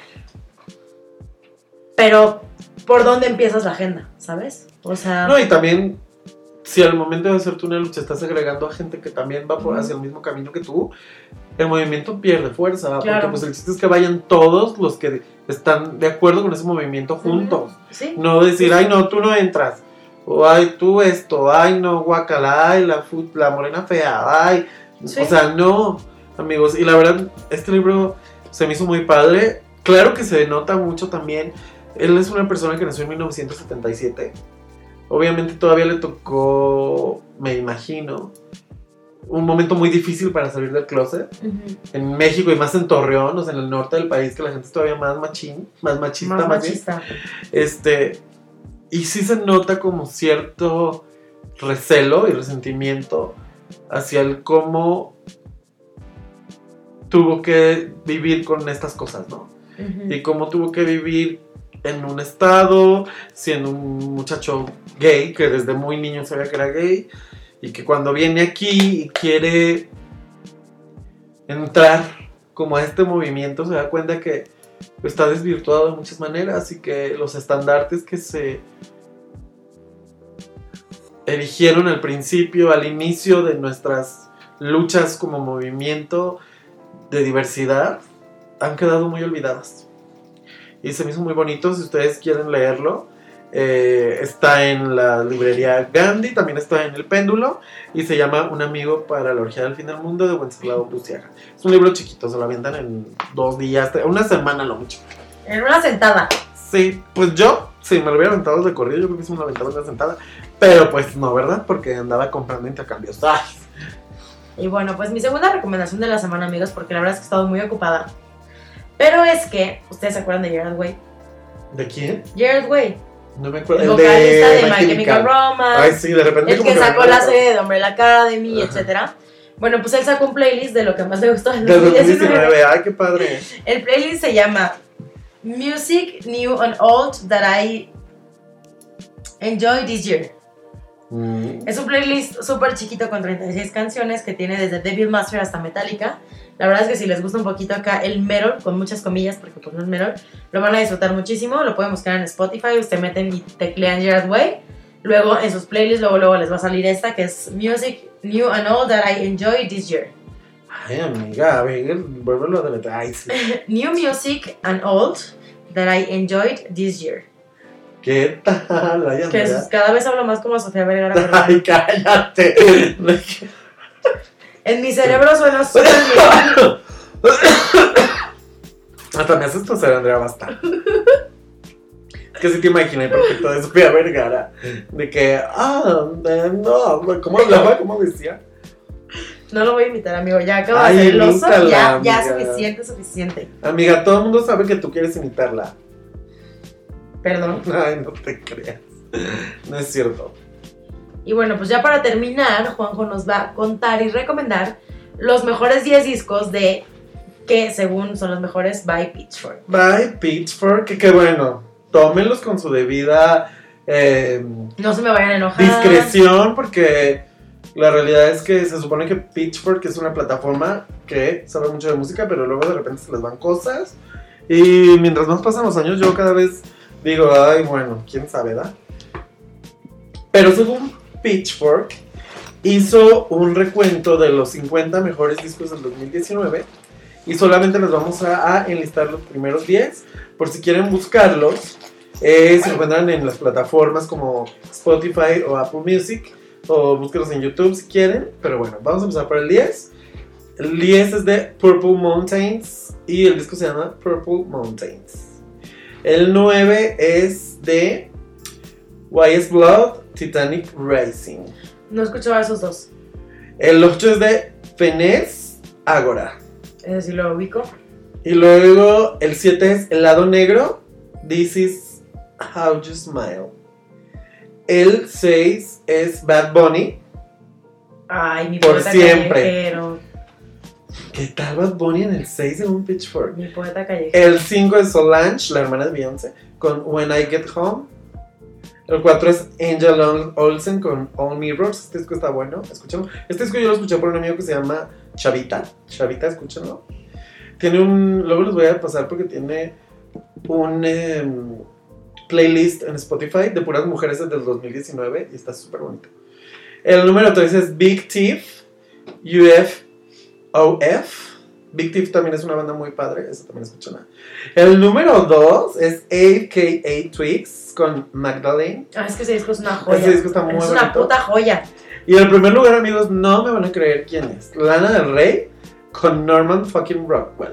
A: Pero, ¿por dónde empiezas la agenda? ¿Sabes? O sea...
B: No, y también, si al momento de hacerte una lucha estás agregando a gente que también va hacia el mismo camino que tú, el movimiento pierde fuerza.
A: Claro.
B: Porque pues el chiste es que vayan todos los que están de acuerdo con ese movimiento juntos.
A: ¿Sí?
B: No decir, ay no, tú no entras. O ay, tú esto, ay no, guacala, ay la morena fea, ay.
A: Sí.
B: O sea, no, amigos. Y la verdad, este libro se me hizo muy padre. Claro que se nota mucho también. Él es una persona que nació en 1977. Obviamente todavía le tocó, me imagino, un momento muy difícil para salir del closet.
A: Uh-huh.
B: En México y más en Torreón, o sea, en el norte del país, que la gente es todavía más machista.
A: Más machista.
B: Y sí se nota como cierto recelo y resentimiento hacia el cómo tuvo que vivir con estas cosas, ¿no?
A: Uh-huh.
B: Y cómo tuvo que vivir en un estado, siendo un muchacho gay, que desde muy niño sabía que era gay, y que cuando viene aquí y quiere entrar como a este movimiento, se da cuenta que está desvirtuado de muchas maneras, y que los estandartes que se erigieron al principio, al inicio de nuestras luchas como movimiento de diversidad, han quedado muy olvidadas. Y se me hizo muy bonito. Si ustedes quieren leerlo, está en la librería Gandhi, también está en El Péndulo, y se llama Un amigo para la orgía del fin del mundo, de Wenceslao Bruciaga. Es un libro chiquito, se lo avientan en 2 días, una semana lo mucho.
A: En una sentada.
B: Sí, pues yo, si me lo hubiera aventado de corrido, yo creo que sí me lo aventaba en una sentada, pero pues no, ¿verdad? Porque andaba comprando intercambios. ¡Ay!
A: Y bueno, pues mi segunda recomendación de la semana, amigos, porque la verdad es que he estado muy ocupada, pero es que, ¿ustedes se acuerdan de Gerard Way?
B: ¿De quién?
A: Gerard Way,
B: No me acuerdo.
A: el vocalista de My Chemical Romance,
B: Ay, sí, de repente
A: el
B: como
A: que
B: me
A: sacó
B: recuerdo.
A: la serie de Umbrella Academy,
B: Ajá.
A: etcétera. Bueno, pues él sacó un playlist de lo que más le gustó en
B: Del 2019, ay, qué padre.
A: El playlist se llama Music New and Old That I Enjoy This Year. Es un playlist súper chiquito con 36 canciones que tiene desde Devil Master hasta Metallica. La verdad es que si les gusta un poquito acá el metal, con muchas comillas porque pues no es metal, lo van a disfrutar muchísimo. Lo pueden buscar en Spotify, ustedes meten y teclean Gerard Way. Luego en sus playlists, luego les va a salir esta que es Music New and Old That I Enjoy This Year.
B: Ay, amiga, a ver, vuélvelo a deletrear. Ay, sí.
A: New Music and Old That I Enjoyed This Year.
B: ¿Qué tal? Ay,
A: Que
B: Andrea.
A: cada vez hablo más como Sofía Vergara. pero bueno.
B: Ay, cállate.
A: En mi cerebro suena súper bien.
B: Hasta me haces toser, Andrea, basta. Es que sí te imaginé perfecto de Sofía Vergara. De que, no, ¿cómo hablaba? ¿Cómo decía?
A: No lo voy a imitar, amigo. Ya acabo
B: Ay,
A: de hacer el oso.
B: imítala,
A: Ya
B: amiga.
A: suficiente.
B: Amiga, todo el mundo sabe que tú quieres imitarla.
A: Perdón.
B: Ay, no te creas. No es cierto.
A: Y bueno, pues ya para terminar, Juanjo nos va a contar y recomendar los mejores 10 discos de que según son los mejores by Pitchfork.
B: Bye, Pitchfork. Que bueno, tómenlos con su debida
A: No se me vayan a enojar.
B: discreción, porque La realidad es que se supone que Pitchfork es una plataforma que sabe mucho de música, pero luego de repente se les van cosas. Y mientras más pasan los años, yo cada vez digo, ay, bueno, quién sabe, ¿verdad? Pero según Pitchfork, hizo un recuento de los 50 mejores discos del 2019 y solamente les vamos a enlistar los primeros 10. Por si quieren buscarlos, se encuentran en las plataformas como Spotify o Apple Music, o búsquenlos en YouTube si quieren. Pero bueno, vamos a empezar por el 10. El 10 es de Purple Mountains y el disco se llama Purple Mountains. El 9 es de YS Blood, Titanic Rising.
A: No escuchaba esos dos.
B: El 8 es de Finesse Agora.
A: Ese sí lo ubico.
B: Y luego el 7 es El Lado Negro, This Is How You Smile. El 6 es Bad Bunny.
A: Ay, mi
B: Por
A: poeta
B: siempre.
A: callejero.
B: ¿Qué tal Bad Bunny en el 6 según un Pitchfork?
A: Mi poeta callejero.
B: El 5 es Solange, la hermana de Beyoncé, con When I Get Home. El 4 es Angel Olsen con All Mirrors. Este disco está bueno, escúchenlo. Este disco yo lo escuché por un amigo que se llama Chavita. Chavita, escúchenlo. Tiene un... Luego les voy a pasar porque tiene un playlist en Spotify de puras mujeres desde el 2019 y está súper bonito. El número 3 es Big Thief, UFOF. Big Thief también es una banda muy padre, eso también escuchan. El número 2 es AKA Twigs con Magdalene.
A: Ah, es que ese disco es una joya.
B: Ese disco está muy
A: es
B: bonito.
A: una puta joya.
B: Y en el primer lugar, amigos, no me van a creer quién es. Lana Del Rey con Norman fucking Rockwell.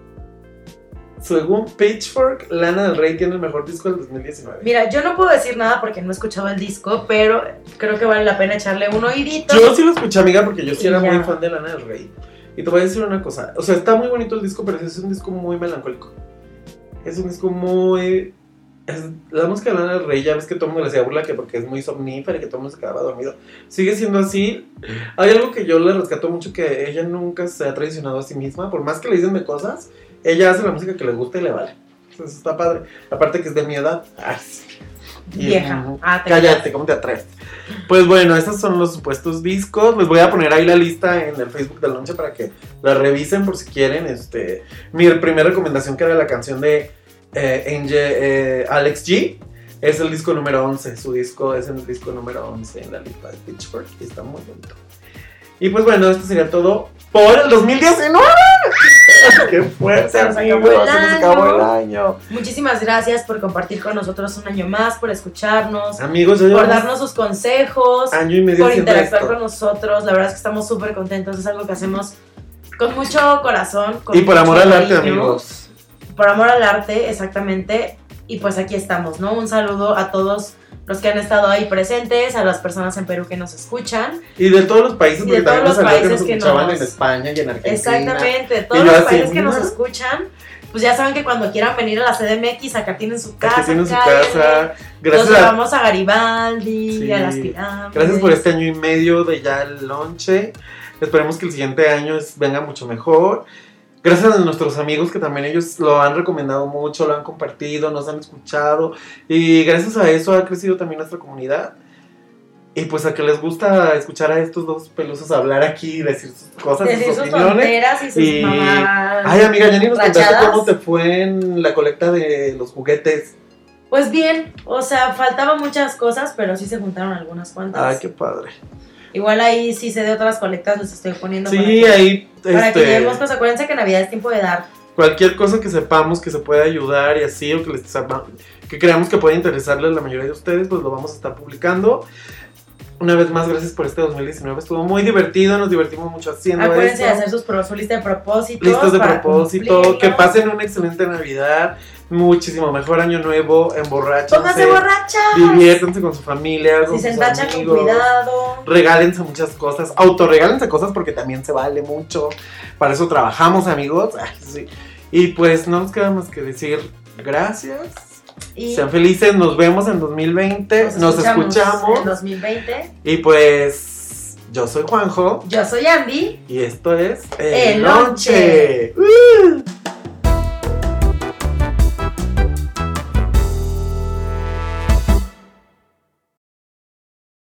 B: Según Pitchfork, Lana Del Rey tiene el mejor disco del 2019.
A: Mira, yo no puedo decir nada porque no he escuchado el disco, pero creo que vale la pena echarle un oídito.
B: Yo sí lo escuché, amiga, porque yo sí era
A: Ya.
B: muy fan de Lana Del Rey. Y te voy a decir una cosa, o sea, está muy bonito el disco, pero es un disco muy melancólico. Es un disco muy... la música de Lana Del Rey, ya ves que todo el mundo le hacía burla que porque es muy somnífera y que todo el mundo se quedaba dormido. Sigue siendo así. Hay algo que yo le rescato mucho, que ella nunca se ha traicionado a sí misma. Por más que le dicen de cosas, ella hace la música que le gusta y le vale. Entonces está padre. Aparte que es de mi edad. Ay, sí.
A: Vieja.
B: Cállate, ¿cómo te atreves? Pues bueno, estos son los supuestos discos. Les voy a poner ahí la lista en el Facebook del Lonche para que la revisen por si quieren. Mi primera recomendación, que era la canción de Alex G, es el disco número 11. Su disco es el disco número 11 en la lista de Pitchfork y está muy bonito. Y pues bueno, esto sería todo por el 2019. ¡Qué fuerte!
A: Se nos acabó
B: amigos,
A: el
B: se nos
A: año.
B: acabó el año.
A: Muchísimas gracias por compartir con nosotros un año más, por escucharnos,
B: Amigos, ya
A: por
B: llevamos
A: darnos sus consejos,
B: año y medio
A: por
B: haciendo
A: interactuar
B: esto.
A: con nosotros. La verdad es que estamos súper contentos. Es algo que hacemos con mucho corazón. Con
B: Y por amor
A: mucho
B: al arte,
A: cariño.
B: amigos.
A: Por amor al arte, exactamente. Y pues aquí estamos, ¿no? Un saludo a todos los que han estado ahí presentes, a las personas en Perú que nos escuchan.
B: Y de todos los países,
A: Y
B: porque
A: de todos
B: también nos
A: los
B: salió que nos
A: países que
B: escuchaban
A: nos-
B: en España y en Argentina.
A: Exactamente,
B: Y
A: todos
B: yo
A: los
B: así,
A: países que nos
B: "Mira".
A: escuchan, pues ya saben que cuando quieran venir a la CDMX, acá tienen su casa.
B: Aquí tienen su
A: cállenle.
B: casa.
A: Nos
B: Gracias
A: llevamos a Garibaldi,
B: Sí.
A: a las pirámides.
B: Gracias por este año y medio de ya el lonche. Esperemos que el siguiente año venga mucho mejor. Gracias a nuestros amigos que también ellos lo han recomendado mucho, lo han compartido, nos han escuchado. Y gracias a eso ha crecido también nuestra comunidad. Y pues a que les gusta escuchar a estos dos pelusos hablar aquí, decir sus cosas,
A: Decir
B: sus
A: sus
B: opiniones.
A: tonteras y sus
B: Y-
A: mamadas.
B: Ay, amiga, ya ni nos contaste
A: rachadas.
B: cómo te fue en la colecta de los juguetes.
A: Pues bien, o sea, faltaban muchas cosas, pero sí se juntaron algunas cuantas.
B: Ay, qué padre.
A: Igual ahí sí sé de otras colectas, les estoy poniendo para
B: Sí,
A: que,
B: ahí
A: para que lleguemos, pues acuérdense que Navidad es tiempo de dar.
B: cualquier cosa que sepamos que se puede ayudar y así, o que creamos que puede interesarle a la mayoría de ustedes, pues lo vamos a estar publicando. Una vez más, gracias por este 2019. Estuvo muy divertido, nos divertimos mucho haciendo
A: Acuérdense de
B: esto.
A: hacer su lista de propósitos.
B: Listas de
A: para
B: propósito,
A: cumplirlos.
B: que pasen una excelente Navidad, muchísimo mejor año nuevo, emborráchense,
A: Pónganse borrachas.
B: diviértanse con su familia, con
A: Si se
B: sus
A: empachan con
B: amigos.
A: cuidado.
B: Regálense muchas cosas, autorregálense cosas porque también se vale mucho. Para eso trabajamos, amigos. Ay, sí. Y pues no nos queda más que decir gracias.
A: Y
B: Sean felices, nos vemos en 2020. Nos escuchamos.
A: en 2020.
B: Y pues yo soy Juanjo.
A: Yo soy Andy.
B: Y esto es
A: El
B: Lonche.
A: Lonche.